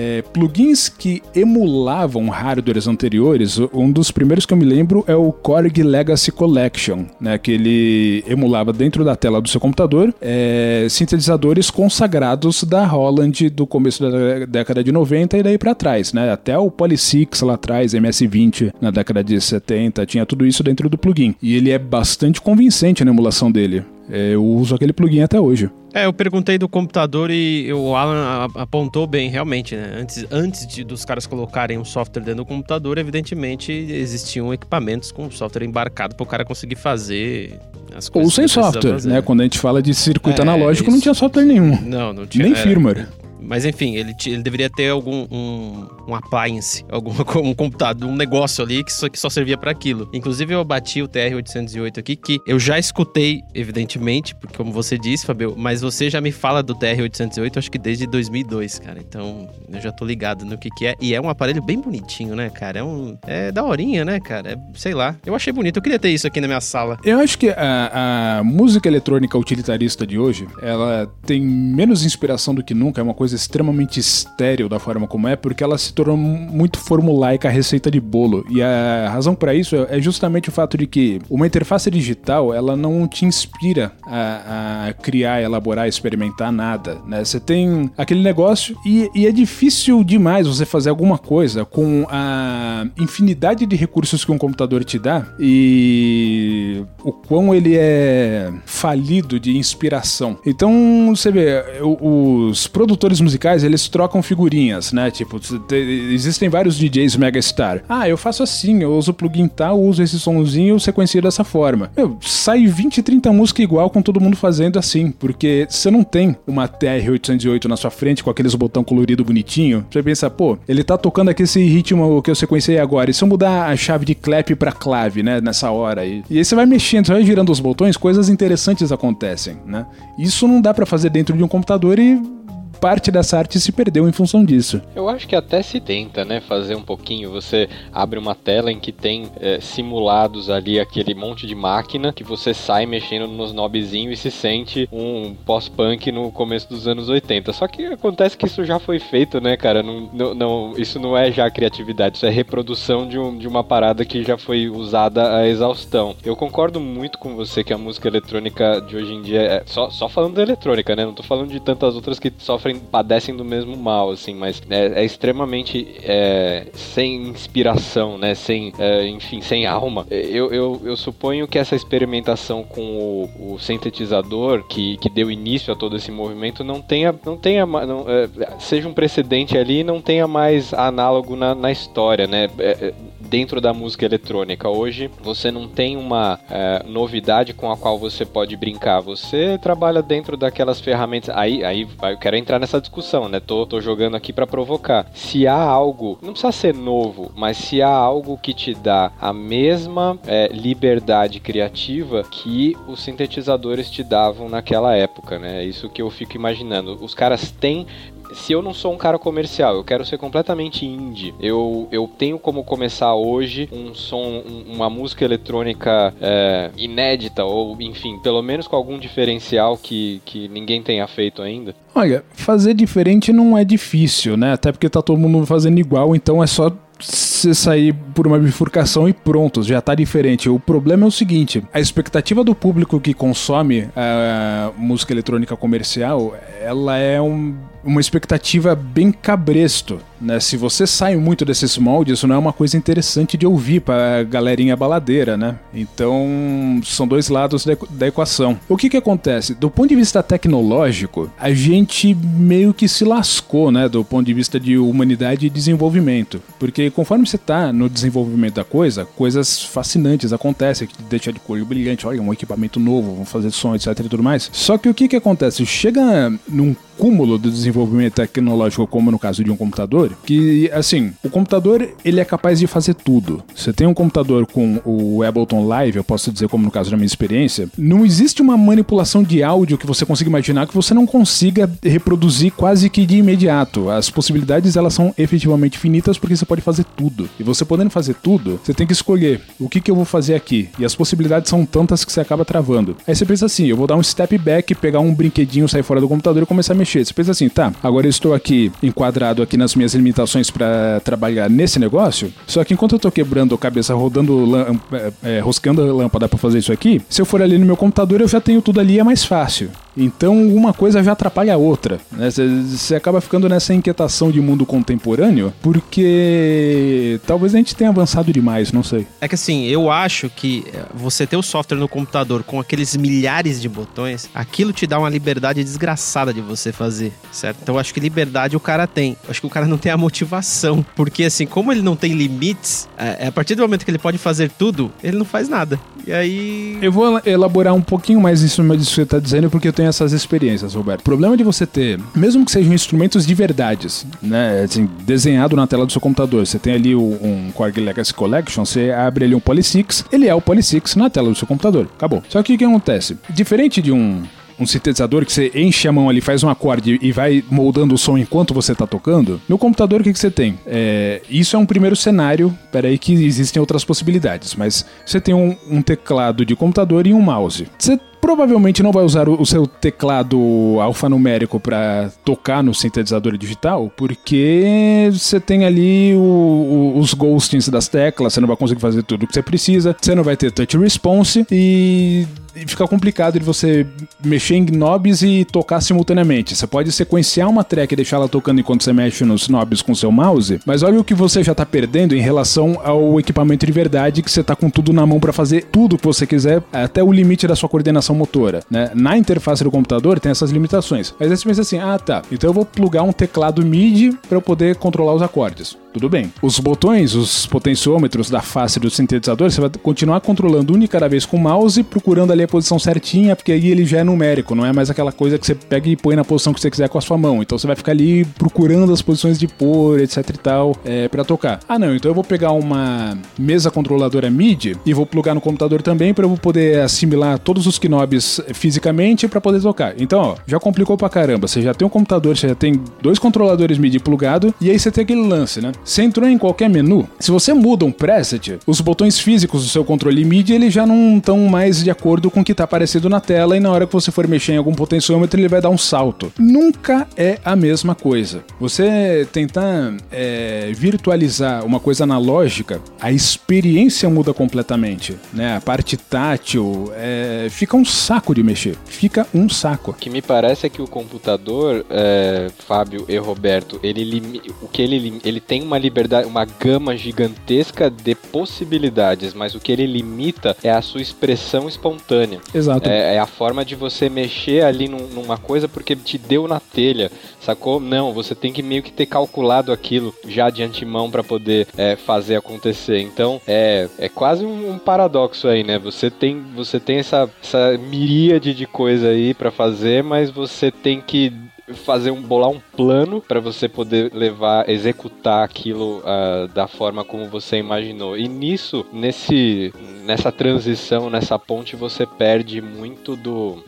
plugins que emulavam hardwares anteriores, um dos primeiros que eu me lembro é o Korg Legacy Collection, né, que ele emulava dentro da tela do seu computador sintetizadores consagrados da Roland do começo da década de 90 e daí pra trás, né, até o Poly-6 lá atrás, MS-20 na década de 70, tinha tudo isso dentro do plugin, e ele é bastante convincente na emulação dele. Eu uso aquele plugin até hoje. Eu perguntei do computador e o Alan apontou bem, realmente, né? Antes dos caras colocarem um software dentro do computador, evidentemente existiam equipamentos com software embarcado para o cara conseguir fazer as coisas. Ou sem software, né? Quando a gente fala de circuito analógico, não tinha software nenhum. Não tinha. Nem firmware. Mas enfim, ele deveria ter algum um appliance, um computador, um negócio ali que só servia para aquilo. Inclusive eu bati o TR-808 aqui, que eu já escutei, evidentemente, porque como você disse, Fabio, mas você já me fala do TR-808, acho que desde 2002, cara. Então eu já tô ligado no que é. E é um aparelho bem bonitinho, né, cara? É daorinha, né, cara? Sei lá. Eu achei bonito. Eu queria ter isso aqui na minha sala. Eu acho que a música eletrônica utilitarista de hoje, ela tem menos inspiração do que nunca. É uma coisa extremamente estéril da forma como é, porque ela se tornou muito formulaica, a receita de bolo. E a razão para isso é justamente o fato de que uma interface digital, ela não te inspira a criar, elaborar, experimentar nada, né? Você tem aquele negócio e é difícil demais você fazer alguma coisa com a infinidade de recursos que um computador te dá e o quão ele é falido de inspiração. Então, você vê, os produtores musicais, eles trocam figurinhas, né? Tipo, existem vários DJs megastar. Eu faço assim, eu uso o plugin tal, uso esse somzinho, eu sequencio dessa forma. Sai 20, 30 músicas igual com todo mundo fazendo assim, porque você não tem uma TR-808 na sua frente com aqueles botão colorido bonitinho. Você pensa, ele tá tocando aqui esse ritmo que eu sequenciei agora, e se eu mudar a chave de clap pra clave, né, nessa hora aí? E aí você vai mexendo, você vai girando os botões, coisas interessantes acontecem, né? Isso não dá pra fazer dentro de um computador e parte dessa arte se perdeu em função disso. Eu acho que até se tenta, né, fazer um pouquinho. Você abre uma tela em que tem simulados ali aquele monte de máquina que você sai mexendo nos knobzinhos e se sente um pós-punk no começo dos anos 80. Só que acontece que isso já foi feito, né, cara? Não, isso não é já criatividade, isso é reprodução de uma parada que já foi usada à exaustão. Eu concordo muito com você que a música eletrônica de hoje em dia só falando da eletrônica, né? Não tô falando de tantas outras que padecem do mesmo mal, assim, mas é extremamente sem inspiração, né, enfim, sem alma. Eu suponho que essa experimentação com o sintetizador que deu início a todo esse movimento seja um precedente ali e não tenha mais análogo na história, né. dentro da música eletrônica. Hoje você não tem uma novidade com a qual você pode brincar. Você trabalha dentro daquelas ferramentas. Aí eu quero entrar nessa discussão, né? Tô jogando aqui pra provocar. Se há algo, não precisa ser novo, mas se há algo que te dá a mesma liberdade criativa que os sintetizadores te davam naquela época, né? É isso que eu fico imaginando. Os caras têm... Se eu não sou um cara comercial, eu quero ser completamente indie, eu tenho como começar hoje um som, uma música eletrônica inédita, ou enfim, pelo menos com algum diferencial que ninguém tenha feito ainda? Olha, fazer diferente não é difícil, né? Até porque tá todo mundo fazendo igual, então é só você sair por uma bifurcação e pronto, já tá diferente. O problema é o seguinte, a expectativa do público que consome a música eletrônica comercial, ela é uma expectativa bem cabresto, né? Se você sai muito desses moldes, isso não é uma coisa interessante de ouvir pra galerinha baladeira, né? Então, são dois lados da equação. O que acontece? Do ponto de vista tecnológico, a gente meio que se lascou, né? Do ponto de vista de humanidade e desenvolvimento. Porque conforme você tá no desenvolvimento da coisa, coisas fascinantes acontecem, que te deixa de olho brilhante, olha, um equipamento novo, vamos fazer som, etc e tudo mais. Só que o que acontece? Chega num cúmulo do desenvolvimento tecnológico, como no caso de um computador, que, assim, o computador, ele é capaz de fazer tudo. Você tem um computador com o Ableton Live, eu posso dizer como no caso da minha experiência, não existe uma manipulação de áudio que você consiga imaginar que você não consiga reproduzir quase que de imediato. As possibilidades, elas são efetivamente finitas porque você pode fazer tudo. E você podendo fazer tudo, você tem que escolher o que eu vou fazer aqui. E as possibilidades são tantas que você acaba travando. Aí você pensa assim, eu vou dar um step back, pegar um brinquedinho, sair fora do computador e começar a mexer. Você pensa assim, tá, agora eu estou aqui enquadrado aqui nas minhas limitações para trabalhar nesse negócio, só que enquanto eu tô quebrando a cabeça, roscando a lâmpada para fazer isso aqui, se eu for ali no meu computador, eu já tenho tudo ali, é mais fácil. Então, uma coisa já atrapalha a outra, né? Você acaba ficando nessa inquietação de mundo contemporâneo, porque talvez a gente tenha avançado demais, não sei. É que assim, eu acho que você ter o software no computador com aqueles milhares de botões, aquilo te dá uma liberdade desgraçada de você fazer, certo? Então, eu acho que liberdade o cara tem. Eu acho que o cara não tem a motivação, porque assim, como ele não tem limites, a partir do momento que ele pode fazer tudo, ele não faz nada. E aí... Eu vou elaborar um pouquinho mais em cima disso que você tá dizendo, porque eu tenho essas experiências, Roberto. O problema de você ter, mesmo que sejam instrumentos de verdades, né, assim, desenhado na tela do seu computador, você tem ali um Korg Legacy Collection, você abre ali um Polysix, ele é o Polysix na tela do seu computador, acabou. Só que o que acontece? Diferente de um sintetizador que você enche a mão ali, faz um acorde e vai moldando o som enquanto você tá tocando, no computador o que você tem? Isso é um primeiro cenário, peraí que existem outras possibilidades, mas você tem um teclado de computador e um mouse. Você provavelmente não vai usar o seu teclado alfanumérico para tocar no sintetizador digital, porque você tem ali os ghostings das teclas, você não vai conseguir fazer tudo o que você precisa, você não vai ter touch response e fica complicado de você mexer em knobs e tocar simultaneamente. Você pode sequenciar uma track e deixar ela tocando enquanto você mexe nos knobs com seu mouse, mas olha o que você já tá perdendo em relação ao equipamento de verdade, que você tá com tudo na mão para fazer tudo que você quiser, até o limite da sua coordenação motora, né? Na interface do computador tem essas limitações. Mas aí você pensa assim, tá, então eu vou plugar um teclado MIDI para eu poder controlar os acordes. Tudo bem. Os botões, os potenciômetros da face do sintetizador, você vai continuar controlando um de cada vez com o mouse, procurando ali a posição certinha, porque aí ele já é numérico, não é mais aquela coisa que você pega e põe na posição que você quiser com a sua mão. Então você vai ficar ali procurando as posições de pôr, etc e tal, pra tocar. Não, então eu vou pegar uma mesa controladora MIDI e vou plugar no computador também pra eu poder assimilar todos os knobs fisicamente pra poder tocar. Então, ó, já complicou pra caramba. Você já tem um computador, você já tem 2 controladores MIDI plugado, e aí você tem aquele lance, né? Você entrou em qualquer menu, se você muda um preset, os botões físicos do seu controle MIDI, eles já não estão mais de acordo com o que está aparecendo na tela, e na hora que você for mexer em algum potenciômetro, ele vai dar um salto. Nunca é a mesma coisa. Você tentar virtualizar uma coisa analógica, a experiência muda completamente, né? A parte tátil, fica um saco de mexer. Fica um saco. O que me parece é que o computador, Fábio e Roberto, ele tem uma liberdade, uma gama gigantesca de possibilidades, mas o que ele limita é a sua expressão espontânea. Exato. É a forma de você mexer ali numa coisa porque te deu na telha, sacou? Não, você tem que meio que ter calculado aquilo já de antemão para poder fazer acontecer. Então, é quase um paradoxo aí, né? Você tem essa miríade de coisa aí para fazer, mas você tem que bolar um plano para você poder executar aquilo da forma como você imaginou. E nessa transição, nessa ponte, você perde muito do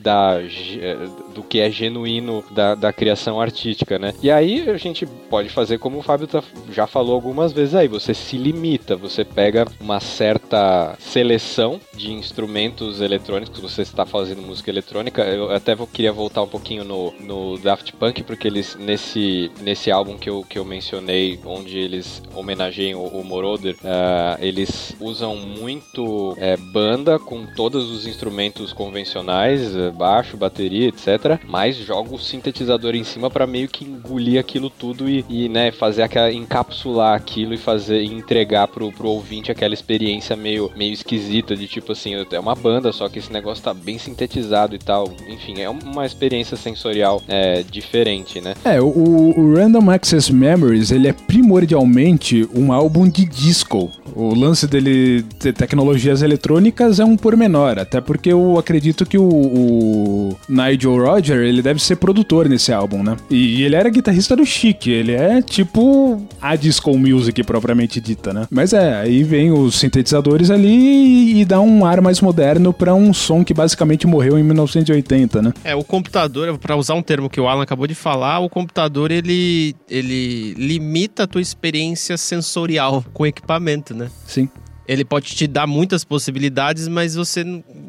que é genuíno da criação artística, né? E aí a gente pode fazer como o Fábio já falou algumas vezes aí, você se limita, você pega uma certa seleção de instrumentos eletrônicos, você está fazendo música eletrônica. Eu até queria voltar um pouquinho no Daft Punk, porque eles, nesse álbum que eu mencionei, onde eles homenageiam o Moroder, eles usam muito banda com todos os instrumentos convencionais, baixo, bateria, etc., mas joga o sintetizador em cima para meio que engolir aquilo tudo e né, fazer encapsular aquilo e entregar pro ouvinte aquela experiência meio esquisita, de tipo assim, é uma banda, só que esse negócio tá bem sintetizado e tal. Enfim, é uma experiência sensorial diferente, né? O Random Access Memories, ele é primordialmente um álbum de disco. O lance dele ter tecnologias eletrônicas é um pormenor, até porque eu acredito que o Nigel Rodgers, ele deve ser produtor nesse álbum, né? E ele era guitarrista do Chic, ele é tipo a disco music propriamente dita, né? Mas aí vem os sintetizadores ali e dá um ar mais moderno pra um som que basicamente morreu em 1980, né? O computador, pra usar um termo que o Alan acabou de falar, o computador ele limita a tua experiência sensorial com o equipamento, né? Sim. Ele pode te dar muitas possibilidades, mas você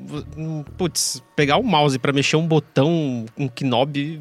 pegar o mouse pra mexer um botão, um knob,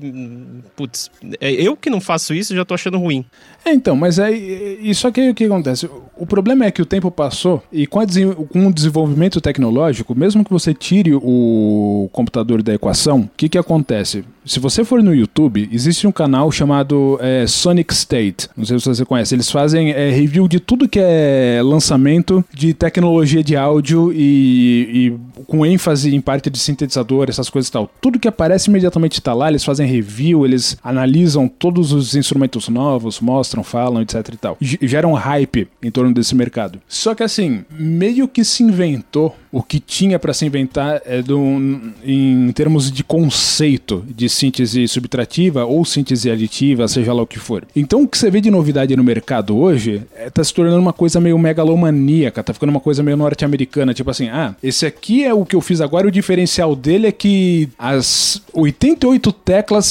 eu que não faço isso já tô achando ruim. Então, mas isso aqui o que acontece? O problema é que o tempo passou e com o desenvolvimento tecnológico, mesmo que você tire o computador da equação, o que acontece? Se você for no YouTube, existe um canal chamado Sonic State, não sei se você conhece, eles fazem review de tudo que é lançamento de tecnologia de áudio e com ênfase em parte de sintetizador, essas coisas e tal. Tudo que aparece imediatamente está lá, eles fazem review, eles analisam todos os instrumentos novos, mostram, falam, etc e tal. Geram hype em torno desse mercado. Só que assim, meio que se inventou o que tinha para se inventar em termos de conceito de síntese subtrativa ou síntese aditiva, seja lá o que for. Então o que você vê de novidade no mercado hoje tá se tornando uma coisa meio megalomaníaca, tá ficando uma coisa meio norte-americana, tipo assim, esse aqui é o que eu fiz agora, o diferencial dele é que as 88 teclas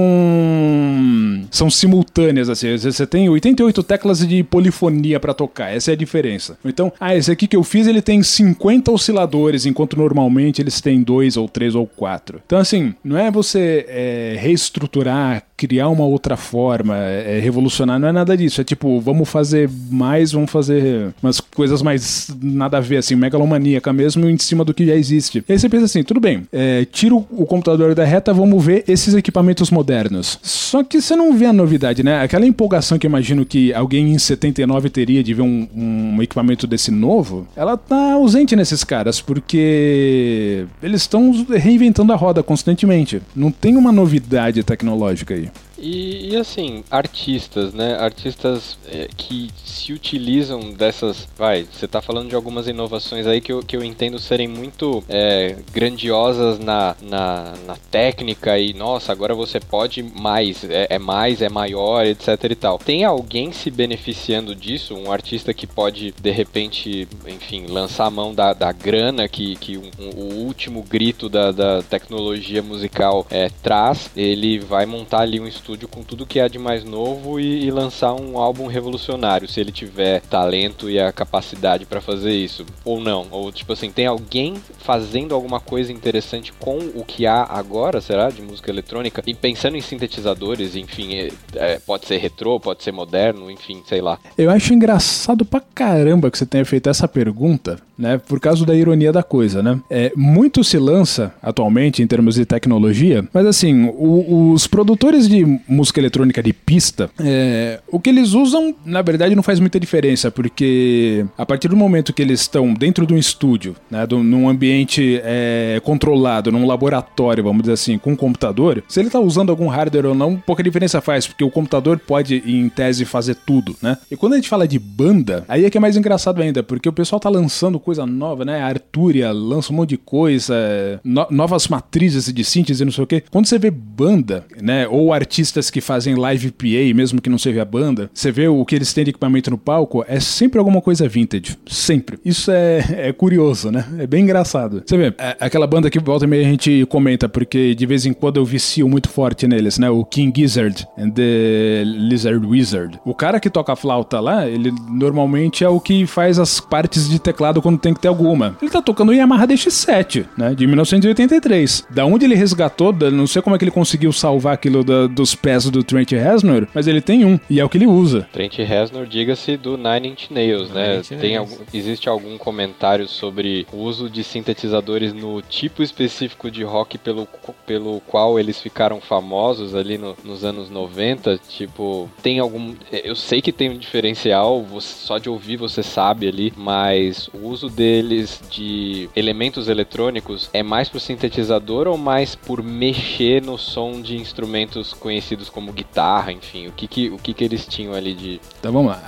são simultâneas, assim, você tem 88 teclas de polifonia para tocar, essa é a diferença. Então, esse aqui que eu fiz, ele tem 50 osciladores, enquanto normalmente eles têm 2 ou 3 ou 4. Então, assim, não é você reestruturar, criar uma outra forma, revolucionar, não é nada disso. É tipo, vamos fazer umas coisas mais nada a ver, assim, megalomaníaca mesmo, em cima do que já existe. E aí você pensa assim, tudo bem, tira o computador da reta, vamos ver esses equipamentos modernos. Só que você não vê a novidade, né? Aquela empolgação que eu imagino que alguém em 79 teria de ver um equipamento desse novo, ela tá ausente nesses caras, porque eles estão reinventando a roda constantemente. Não tem uma novidade tecnológica aí. E assim, artistas, né? Artistas que se utilizam dessas... você tá falando de algumas inovações aí que eu entendo serem muito grandiosas na técnica e, nossa, agora você pode mais, é maior, etc e tal. Tem alguém se beneficiando disso? Um artista que pode, de repente, enfim, lançar a mão da grana que o último grito da tecnologia musical traz, ele vai montar ali um estúdio com tudo que há de mais novo e lançar um álbum revolucionário, se ele tiver talento e a capacidade pra fazer isso, ou não, ou tipo assim, tem alguém fazendo alguma coisa interessante com o que há agora, será, de música eletrônica, e pensando em sintetizadores, enfim, pode ser retrô, pode ser moderno, enfim, sei lá. Eu acho engraçado pra caramba que você tenha feito essa pergunta, né, por causa da ironia da coisa, né, muito se lança atualmente em termos de tecnologia, mas assim, os produtores de música eletrônica de pista, o que eles usam, na verdade, não faz muita diferença, porque a partir do momento que eles estão dentro de um estúdio, né, num ambiente controlado, num laboratório, vamos dizer assim, com um computador, se ele tá usando algum hardware ou não, pouca diferença faz, porque o computador pode, em tese, fazer tudo, né? E quando a gente fala de banda, aí é que é mais engraçado ainda, porque o pessoal tá lançando coisa nova, né? A Arturia lança um monte de coisa, novas matrizes de síntese e não sei o quê. Quando você vê banda, né? Ou artistas que fazem live PA, mesmo que não seja a banda, você vê o que eles têm de equipamento no palco, é sempre alguma coisa vintage. Sempre. Isso é curioso, né? É bem engraçado. Você vê, aquela banda que volta e meia a gente comenta, porque de vez em quando eu vicio muito forte neles, né? O King Gizzard and the Lizard Wizard. O cara que toca a flauta lá, ele normalmente é o que faz as partes de teclado quando tem que ter alguma. Ele tá tocando o Yamaha DX7, né? De 1983. Da onde ele resgatou, não sei como é que ele conseguiu salvar aquilo dos pés do Trent Reznor, mas ele tem um, e é o que ele usa. Trent Reznor, diga-se do Nine Inch Nails, né? Existe algum comentário sobre o uso de sintetizadores no tipo específico de rock pelo qual eles ficaram famosos ali nos anos 90? Tipo, tem algum... Eu sei que tem um diferencial, só de ouvir você sabe ali, mas o uso deles de elementos eletrônicos é mais pro sintetizador ou mais por mexer no som de instrumentos conhecidos como guitarra, enfim, o que eles tinham ali de... Então vamos lá,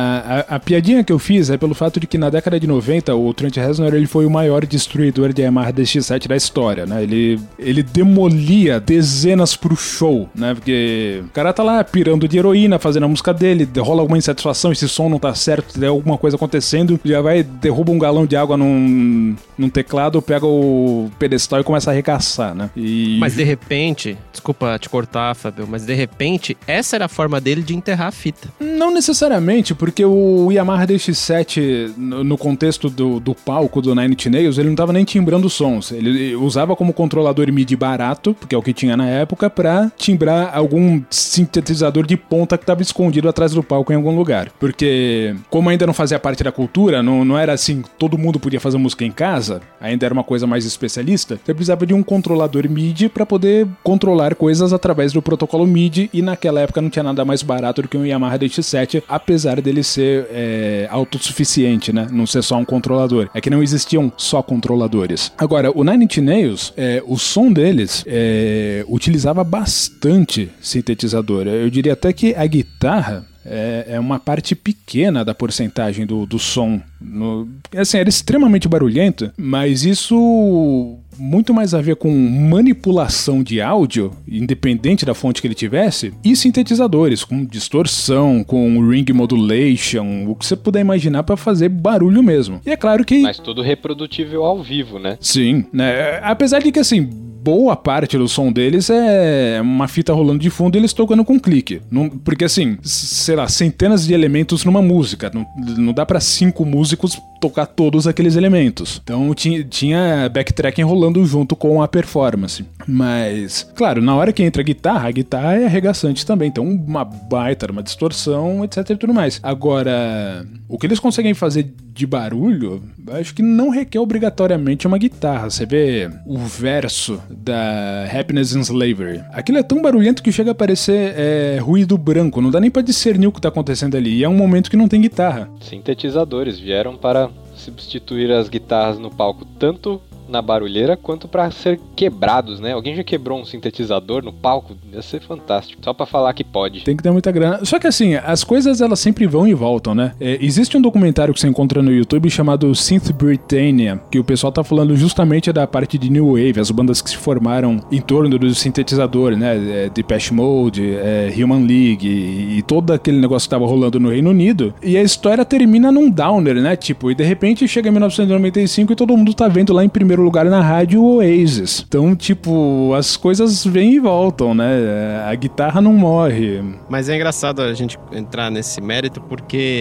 a piadinha que eu fiz é pelo fato de que na década de 90 o Trent Reznor ele foi o maior destruidor de Yamaha DX7 da história, né? Ele demolia dezenas pro show, né? Porque o cara tá lá pirando de heroína, fazendo a música dele, rola alguma insatisfação, esse som não tá certo, tem alguma coisa acontecendo, já vai, derruba um galão de água num teclado, pega o pedestal e começa a arregaçar, né? Mas de repente, desculpa te cortar, Fábio, mas de repente essa era a forma dele de enterrar a fita. Não necessariamente, porque o Yamaha DX7, no contexto do palco do Nine Inch Nails, ele não tava nem timbrando sons, ele usava como controlador MIDI barato, porque é o que tinha na época, pra timbrar algum sintetizador de ponta que tava escondido atrás do palco em algum lugar. Porque, como ainda não fazia parte da cultura, não era assim, todo mundo podia fazer música em casa, ainda era uma coisa mais especialista, você precisava de um controlador MIDI pra poder controlar coisas através do protocolo MIDI, e naquela época não tinha nada mais barato do que um Yamaha DX7, apesar dele ser autossuficiente, né? Não ser só um controlador. É que não existiam só controladores. Agora, o Nine Inch Nails, o som deles utilizava bastante sintetizador. Eu diria até que a guitarra é uma parte pequena da porcentagem do som. Assim, era extremamente barulhento, mas isso muito mais a ver com manipulação de áudio, independente da fonte que ele tivesse, e sintetizadores, com distorção, com ring modulation, o que você puder imaginar para fazer barulho mesmo. E é claro que... Mas tudo reprodutível ao vivo, né? Sim, né? Apesar de que, assim, boa parte do som deles é uma fita rolando de fundo e eles tocando com clique. Porque, assim, sei lá, centenas de elementos numa música. Não dá pra 5 músicos tocar todos aqueles elementos. Então tinha backtracking rolando junto com a performance. Mas, claro, na hora que entra a guitarra é arregaçante também. Então uma baita, uma distorção, etc e tudo mais. Agora, o que eles conseguem fazer de barulho, acho que não requer obrigatoriamente uma guitarra. Você vê o verso da Happiness and Slavery. Aquilo é tão barulhento que chega a parecer ruído branco. Não dá nem pra discernir o que tá acontecendo ali. E é um momento que não tem guitarra. Sintetizadores vieram para substituir as guitarras no palco, tanto na barulheira quanto pra ser quebrados, né? Alguém já quebrou um sintetizador no palco? Ia ser fantástico. Só pra falar que pode. Tem que ter muita grana. Só que assim, as coisas elas sempre vão e voltam, né? Existe um documentário que você encontra no YouTube chamado Synth Britannia, que o pessoal tá falando justamente da parte de New Wave, as bandas que se formaram em torno do sintetizador, né? Depeche Mode, Human League e todo aquele negócio que tava rolando no Reino Unido. E a história termina num downer, né? Tipo, e de repente chega em 1995 e todo mundo tá vendo lá em primeiro lugar na rádio Oasis. Então, tipo, as coisas vêm e voltam, né? A guitarra não morre. Mas é engraçado a gente entrar nesse mérito porque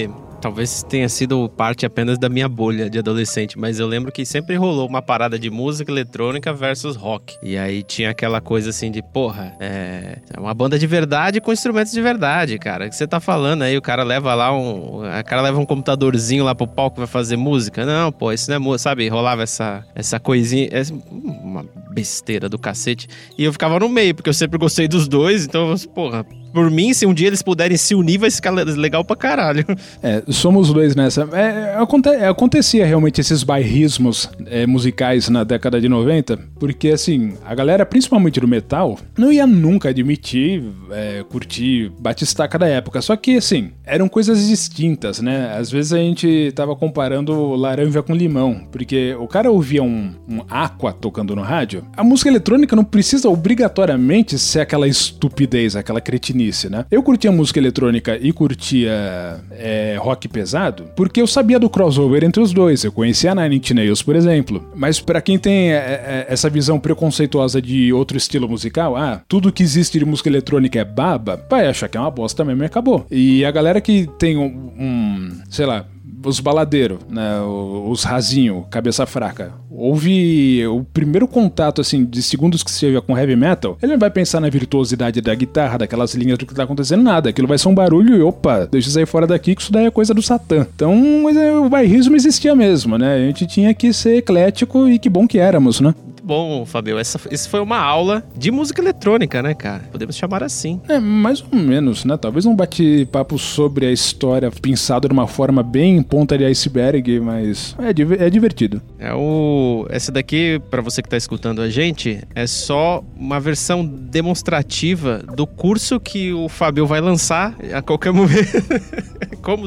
talvez tenha sido parte apenas da minha bolha de adolescente, mas eu lembro que sempre rolou uma parada de música eletrônica versus rock. E aí tinha aquela coisa assim de, porra, é uma banda de verdade com instrumentos de verdade, cara. O que você tá falando aí? O cara leva lá um computadorzinho lá pro palco e vai fazer música? Não, pô, isso não é música, sabe? Rolava essa coisinha, uma besteira do cacete. E eu ficava no meio, porque eu sempre gostei dos dois, então, porra, por mim, se um dia eles puderem se unir, vai ficar legal pra caralho. Somos dois nessa. Acontecia realmente esses bairrismos musicais na década de 90, porque, assim, a galera, principalmente do metal, não ia nunca admitir curtir batistaca da época. Só que, assim, eram coisas distintas, né? Às vezes a gente tava comparando laranja com limão, porque o cara ouvia um Aqua tocando no rádio. A música eletrônica não precisa obrigatoriamente ser aquela estupidez, aquela cretinice, né? Eu curtia música eletrônica e curtia rock pesado porque eu sabia do crossover entre os dois. Eu conhecia a Nine Inch Nails, por exemplo. Mas pra quem tem essa visão preconceituosa de outro estilo musical, tudo que existe de música eletrônica é baba, vai achar que é uma bosta mesmo e acabou. E a galera que tem sei lá, os baladeiros, né, os rasinhos, cabeça fraca, houve o primeiro contato, assim, de segundos que seja com heavy metal, ele não vai pensar na virtuosidade da guitarra, daquelas linhas do que tá acontecendo, nada. Aquilo vai ser um barulho e, opa, deixa eu sair fora daqui que isso daí é coisa do Satã. Então, o bairrismo existia mesmo, né? A gente tinha que ser eclético e que bom que éramos, né? Bom, Fabio, isso foi uma aula de música eletrônica, né, cara? Podemos chamar assim. Mais ou menos, né? Talvez um bate-papo sobre a história pensado de uma forma bem ponta de iceberg, mas é divertido. Essa daqui, pra você que tá escutando a gente, é só uma versão demonstrativa do curso que o Fabio vai lançar a qualquer momento. Como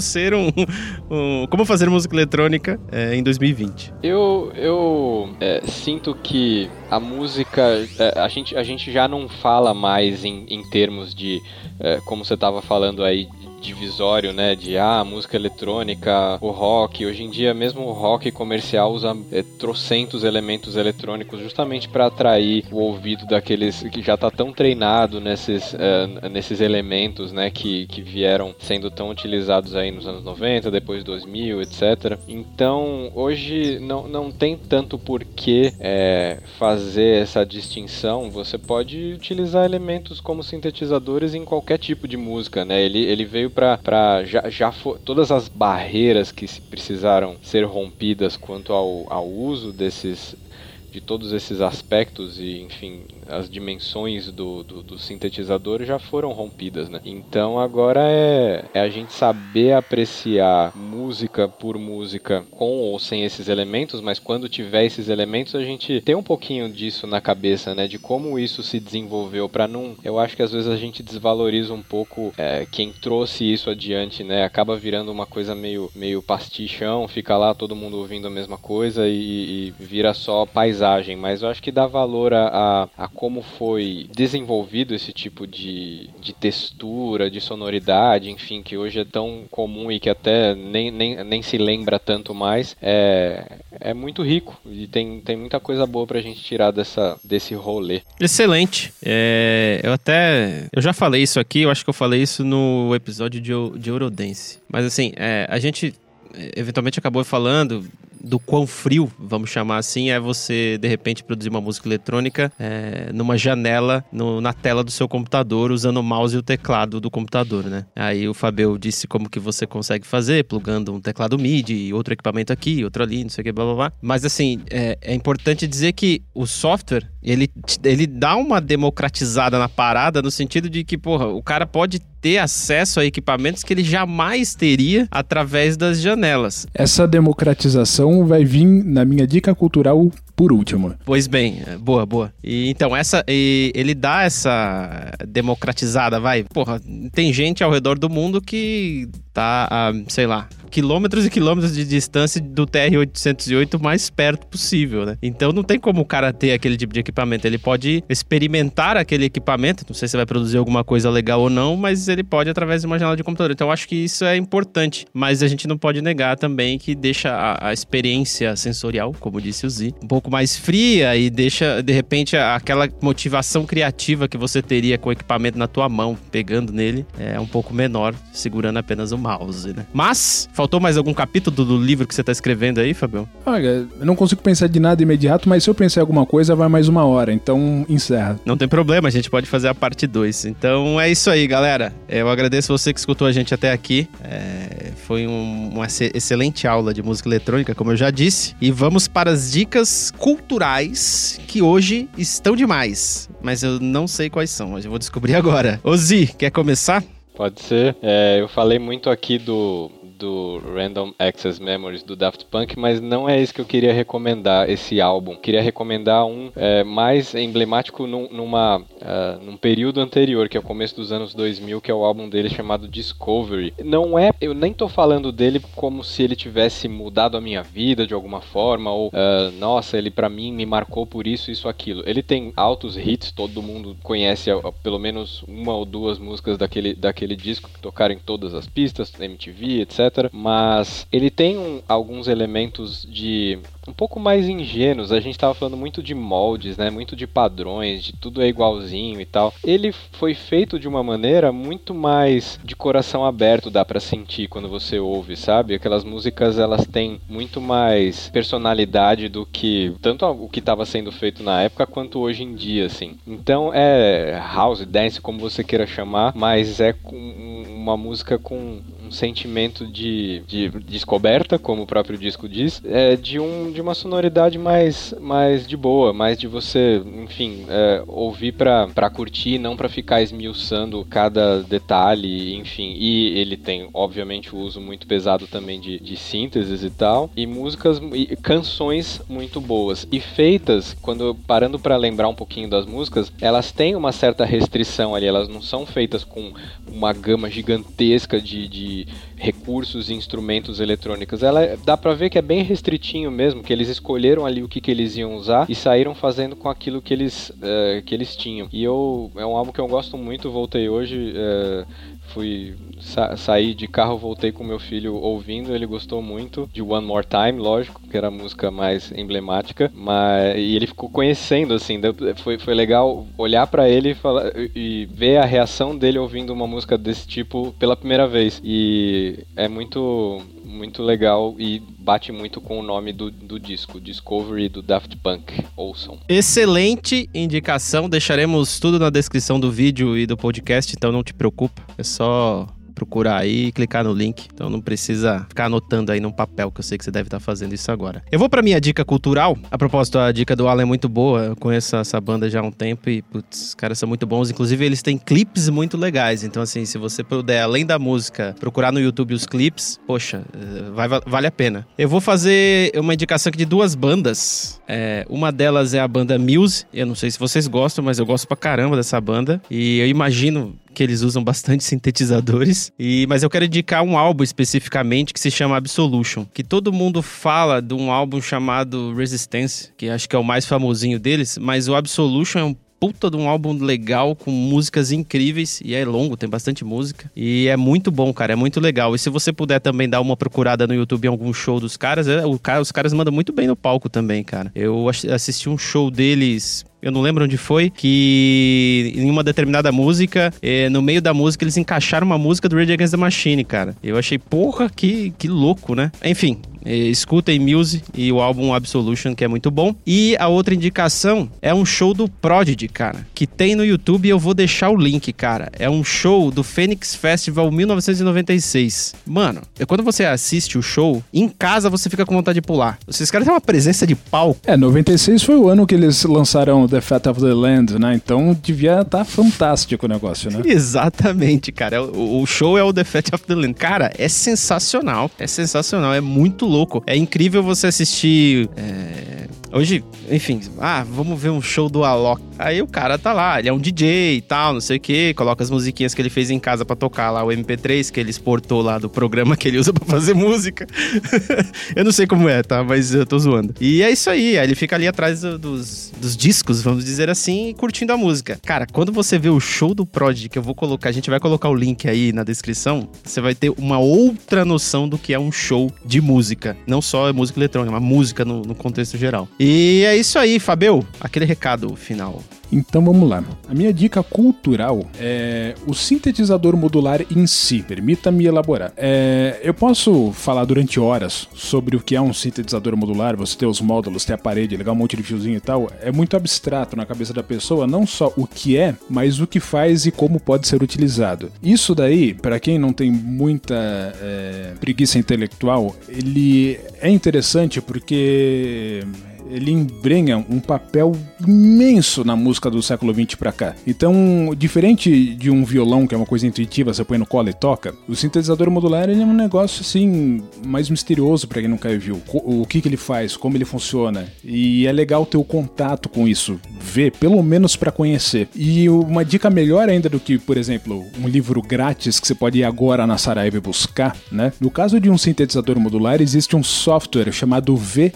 como fazer música eletrônica em 2020. Eu sinto que a música, a gente já não fala mais em termos de, como você estava falando aí, divisório, né, de música eletrônica, o rock. Hoje em dia mesmo o rock comercial usa trocentos elementos eletrônicos justamente para atrair o ouvido daqueles que já tá tão treinado nesses elementos, né, que vieram sendo tão utilizados aí nos anos 90, depois 2000, etc. Então hoje não tem tanto porquê fazer essa distinção. Você pode utilizar elementos como sintetizadores em qualquer tipo de música, né? Ele veio para todas as barreiras que precisaram ser rompidas quanto ao uso de todos esses aspectos e, enfim, as dimensões do sintetizador já foram rompidas, né? Então agora é a gente saber apreciar música por música com ou sem esses elementos, mas quando tiver esses elementos a gente tem um pouquinho disso na cabeça, né? De como isso se desenvolveu para não... Eu acho que às vezes a gente desvaloriza um pouco quem trouxe isso adiante, né? Acaba virando uma coisa meio pastichão, fica lá todo mundo ouvindo a mesma coisa e vira só paisagem, mas eu acho que dá valor a como foi desenvolvido esse tipo de textura, de sonoridade, enfim, que hoje é tão comum e que até nem se lembra tanto mais, é muito rico e tem muita coisa boa pra gente tirar desse rolê. Excelente. Eu já falei isso aqui, eu acho que eu falei isso no episódio de Eurodance, mas assim, a gente eventualmente acabou falando do quão frio, vamos chamar assim, é você, de repente, produzir uma música eletrônica numa janela, na tela do seu computador, usando o mouse e o teclado do computador, né? Aí o Fabio disse como que você consegue fazer, plugando um teclado MIDI, outro equipamento aqui, outro ali, não sei o que, blá, blá, blá. Mas, assim, é importante dizer que o software, ele dá uma democratizada na parada, no sentido de que, porra, o cara pode ter acesso a equipamentos que ele jamais teria através das janelas. Essa democratização vai vir na minha dica cultural por último. Pois bem, boa. E então, ele dá essa democratizada, vai. Porra, tem gente ao redor do mundo que tá a, sei lá, quilômetros e quilômetros de distância do TR-808 mais perto possível, né? Então não tem como o cara ter aquele tipo de equipamento. Ele pode experimentar aquele equipamento, não sei se vai produzir alguma coisa legal ou não, mas ele pode através de uma janela de computador. Então eu acho que isso é importante, mas a gente não pode negar também que deixa a experiência sensorial, como disse o Z, um pouco mais fria e deixa, de repente, aquela motivação criativa que você teria com o equipamento na tua mão, pegando nele, é um pouco menor, segurando apenas o mouse, né? Mas, Faltou mais algum capítulo do livro que você tá escrevendo aí, Fabio? Olha, eu não consigo pensar de nada imediato, mas se eu pensar em alguma coisa, vai mais 1 hora, então encerra. Não tem problema, a gente pode fazer a parte 2. Então é isso aí, galera. Eu agradeço você que escutou a gente até aqui. Foi uma excelente aula de música eletrônica, como eu já disse. E vamos para as dicas culturais que hoje estão demais. Mas eu não sei quais são, mas eu vou descobrir agora. Ozzy, quer começar? Pode ser. Eu falei muito aqui do Random Access Memories do Daft Punk, mas não é esse que eu queria recomendar, esse álbum. Queria recomendar um mais emblemático num período anterior, que é o começo dos anos 2000, que é o álbum dele chamado Discovery. Eu nem tô falando dele como se ele tivesse mudado a minha vida de alguma forma, ou nossa, ele pra mim me marcou por isso, aquilo. Ele tem altos hits, todo mundo conhece pelo menos 1 ou 2 músicas daquele disco que tocaram em todas as pistas, MTV, etc. Mas ele tem alguns elementos um pouco mais ingênuos. A gente estava falando muito de moldes, né? Muito de padrões, de tudo é igualzinho e tal. Ele foi feito de uma maneira muito mais de coração aberto, dá pra sentir quando você ouve, sabe? Aquelas músicas, elas têm muito mais personalidade do que tanto o que estava sendo feito na época quanto hoje em dia, assim. Então é house, dance, como você queira chamar, mas é uma música com um sentimento de descoberta, como o próprio disco diz, de uma sonoridade mais de boa, mais de você, enfim, ouvir pra curtir, não pra ficar esmiuçando cada detalhe, enfim. E ele tem, obviamente, o uso muito pesado também de sínteses e tal, e músicas e canções muito boas. E feitas, parando pra lembrar um pouquinho das músicas, elas têm uma certa restrição ali, elas não são feitas com uma gama gigantesca de recursos e instrumentos eletrônicos. Dá pra ver que é bem restritinho mesmo, que eles escolheram ali o que eles iam usar e saíram fazendo com aquilo que eles tinham. E é um álbum que eu gosto muito, voltei hoje, saí de carro, voltei com meu filho ouvindo, ele gostou muito de One More Time, lógico, que era a música mais emblemática, e ele ficou conhecendo, assim, foi legal olhar pra ele e ver a reação dele ouvindo uma música desse tipo pela primeira vez, e é muito legal e bate muito com o nome do disco, Discovery, do Daft Punk. Ouçam. Excelente indicação, deixaremos tudo na descrição do vídeo e do podcast, então não te preocupa, é só procurar aí e clicar no link. Então não precisa ficar anotando aí num papel, que eu sei que você deve estar fazendo isso agora. Eu vou pra minha dica cultural. A propósito, a dica do Alan é muito boa. Eu conheço essa banda já há um tempo e, putz, os caras são muito bons. Inclusive, eles têm clipes muito legais. Então, assim, se você puder, além da música, procurar no YouTube os clipes, poxa, vale a pena. Eu vou fazer uma indicação aqui de 2 bandas. Uma delas é a banda Muse. Eu não sei se vocês gostam, mas eu gosto pra caramba dessa banda. E eu imagino que eles usam bastante sintetizadores, mas eu quero indicar um álbum especificamente que se chama Absolution, que todo mundo fala de um álbum chamado Resistance, que acho que é o mais famosinho deles, mas o Absolution é um puta de um álbum legal, com músicas incríveis, e é longo, tem bastante música, e é muito bom, cara, é muito legal. E se você puder também dar uma procurada no YouTube em algum show dos caras, os caras mandam muito bem no palco também, cara. Eu assisti um show deles, eu não lembro onde foi, que em uma determinada música, no meio da música, eles encaixaram uma música do Rage Against the Machine, cara. Eu achei, porra, que louco, né? Enfim, escutem Muse e o álbum Absolution, que é muito bom. E a outra indicação é um show do Prodigy, cara, que tem no YouTube, e eu vou deixar o link, cara. É um show do Phoenix Festival 1996. Mano, quando você assiste o show, em casa você fica com vontade de pular. Esses caras têm uma presença de palco. 96 foi o ano que eles lançaram The Fat of the Land, né? Então devia estar fantástico o negócio, né? Exatamente, cara. O show é o The Fat of the Land. Cara, é sensacional. É sensacional. É muito louco. É incrível você assistir... Hoje, enfim, vamos ver um show do Alok. Aí o cara tá lá, ele é um DJ e tal, não sei o que, coloca as musiquinhas que ele fez em casa pra tocar lá, o MP3 que ele exportou lá do programa que ele usa pra fazer música. Eu não sei como é, tá? Mas eu tô zoando. E é isso aí ele fica ali atrás dos discos, vamos dizer assim, curtindo a música. Cara, quando você vê o show do Prodigy, que eu vou colocar, a gente vai colocar o link aí na descrição, você vai ter uma outra noção do que é um show de música. Não só música eletrônica, mas música no contexto geral. E é isso aí, Fabio. Aquele recado final. Então vamos lá. A minha dica cultural é o sintetizador modular em si. Permita-me elaborar. Eu posso falar durante horas sobre o que é um sintetizador modular, você ter os módulos, ter a parede, ligar um monte de fiozinho e tal. É muito abstrato na cabeça da pessoa, não só o que é, mas o que faz e como pode ser utilizado. Isso daí, para quem não tem muita preguiça intelectual, ele é interessante porque ele embrenha um papel imenso na música do século XX pra cá. Então, diferente de um violão, que é uma coisa intuitiva, você põe no colo e toca, o sintetizador modular ele é um negócio, assim, mais misterioso pra quem nunca viu. O que ele faz, como ele funciona. E é legal ter o contato com isso, ver, pelo menos pra conhecer. E uma dica melhor ainda do que, por exemplo, um livro grátis que você pode ir agora na Saraiva e buscar, né? No caso de um sintetizador modular, existe um software chamado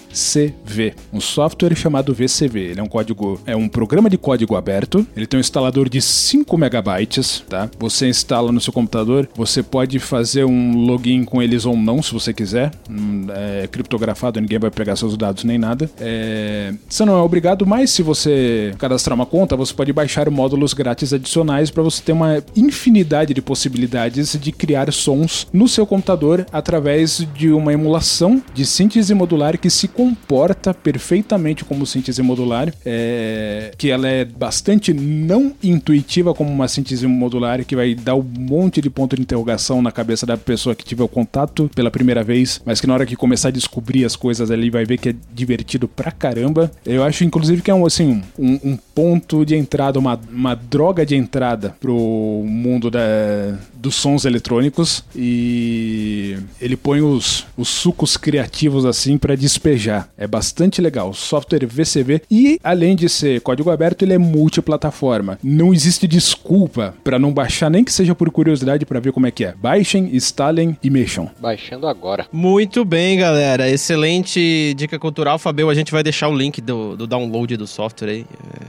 VCV. Um software chamado VCV. Ele é um programa de código aberto. Ele tem um instalador de 5 megabytes, tá? Você instala no seu computador. Você pode fazer um login com eles ou não, se você quiser. É criptografado, ninguém vai pegar seus dados nem nada. Você não é obrigado, mas se você cadastrar uma conta, você pode baixar módulos grátis adicionais para você ter uma infinidade de possibilidades de criar sons no seu computador através de uma emulação de síntese modular que se comporta perfeitamente como síntese modular, que ela é bastante não intuitiva como uma síntese modular, que vai dar um monte de ponto de interrogação na cabeça da pessoa que tiver o contato pela primeira vez, mas que na hora que começar a descobrir as coisas ali vai ver que é divertido pra caramba. Eu acho inclusive que é um ponto de entrada, uma droga de entrada pro mundo dos sons eletrônicos, e ele põe os sucos criativos assim pra despejar. É bastante legal. Software VCV, e além de ser código aberto, ele é multiplataforma. Não existe desculpa pra não baixar, nem que seja por curiosidade pra ver como é que é. Baixem, instalem e mexam. Baixando agora. Muito bem, galera. Excelente dica cultural, Fabio. A gente vai deixar o link do download do software aí.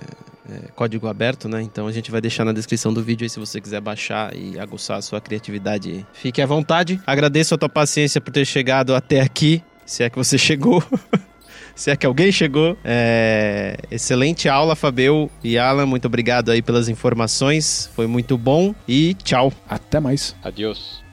Código aberto, né? Então a gente vai deixar na descrição do vídeo aí se você quiser baixar e aguçar a sua criatividade. Fique à vontade. Agradeço a tua paciência por ter chegado até aqui, se é que você chegou. Se é que alguém chegou. Excelente aula, Fabio e Alan. Muito obrigado aí pelas informações. Foi muito bom e tchau. Até mais. Adiós.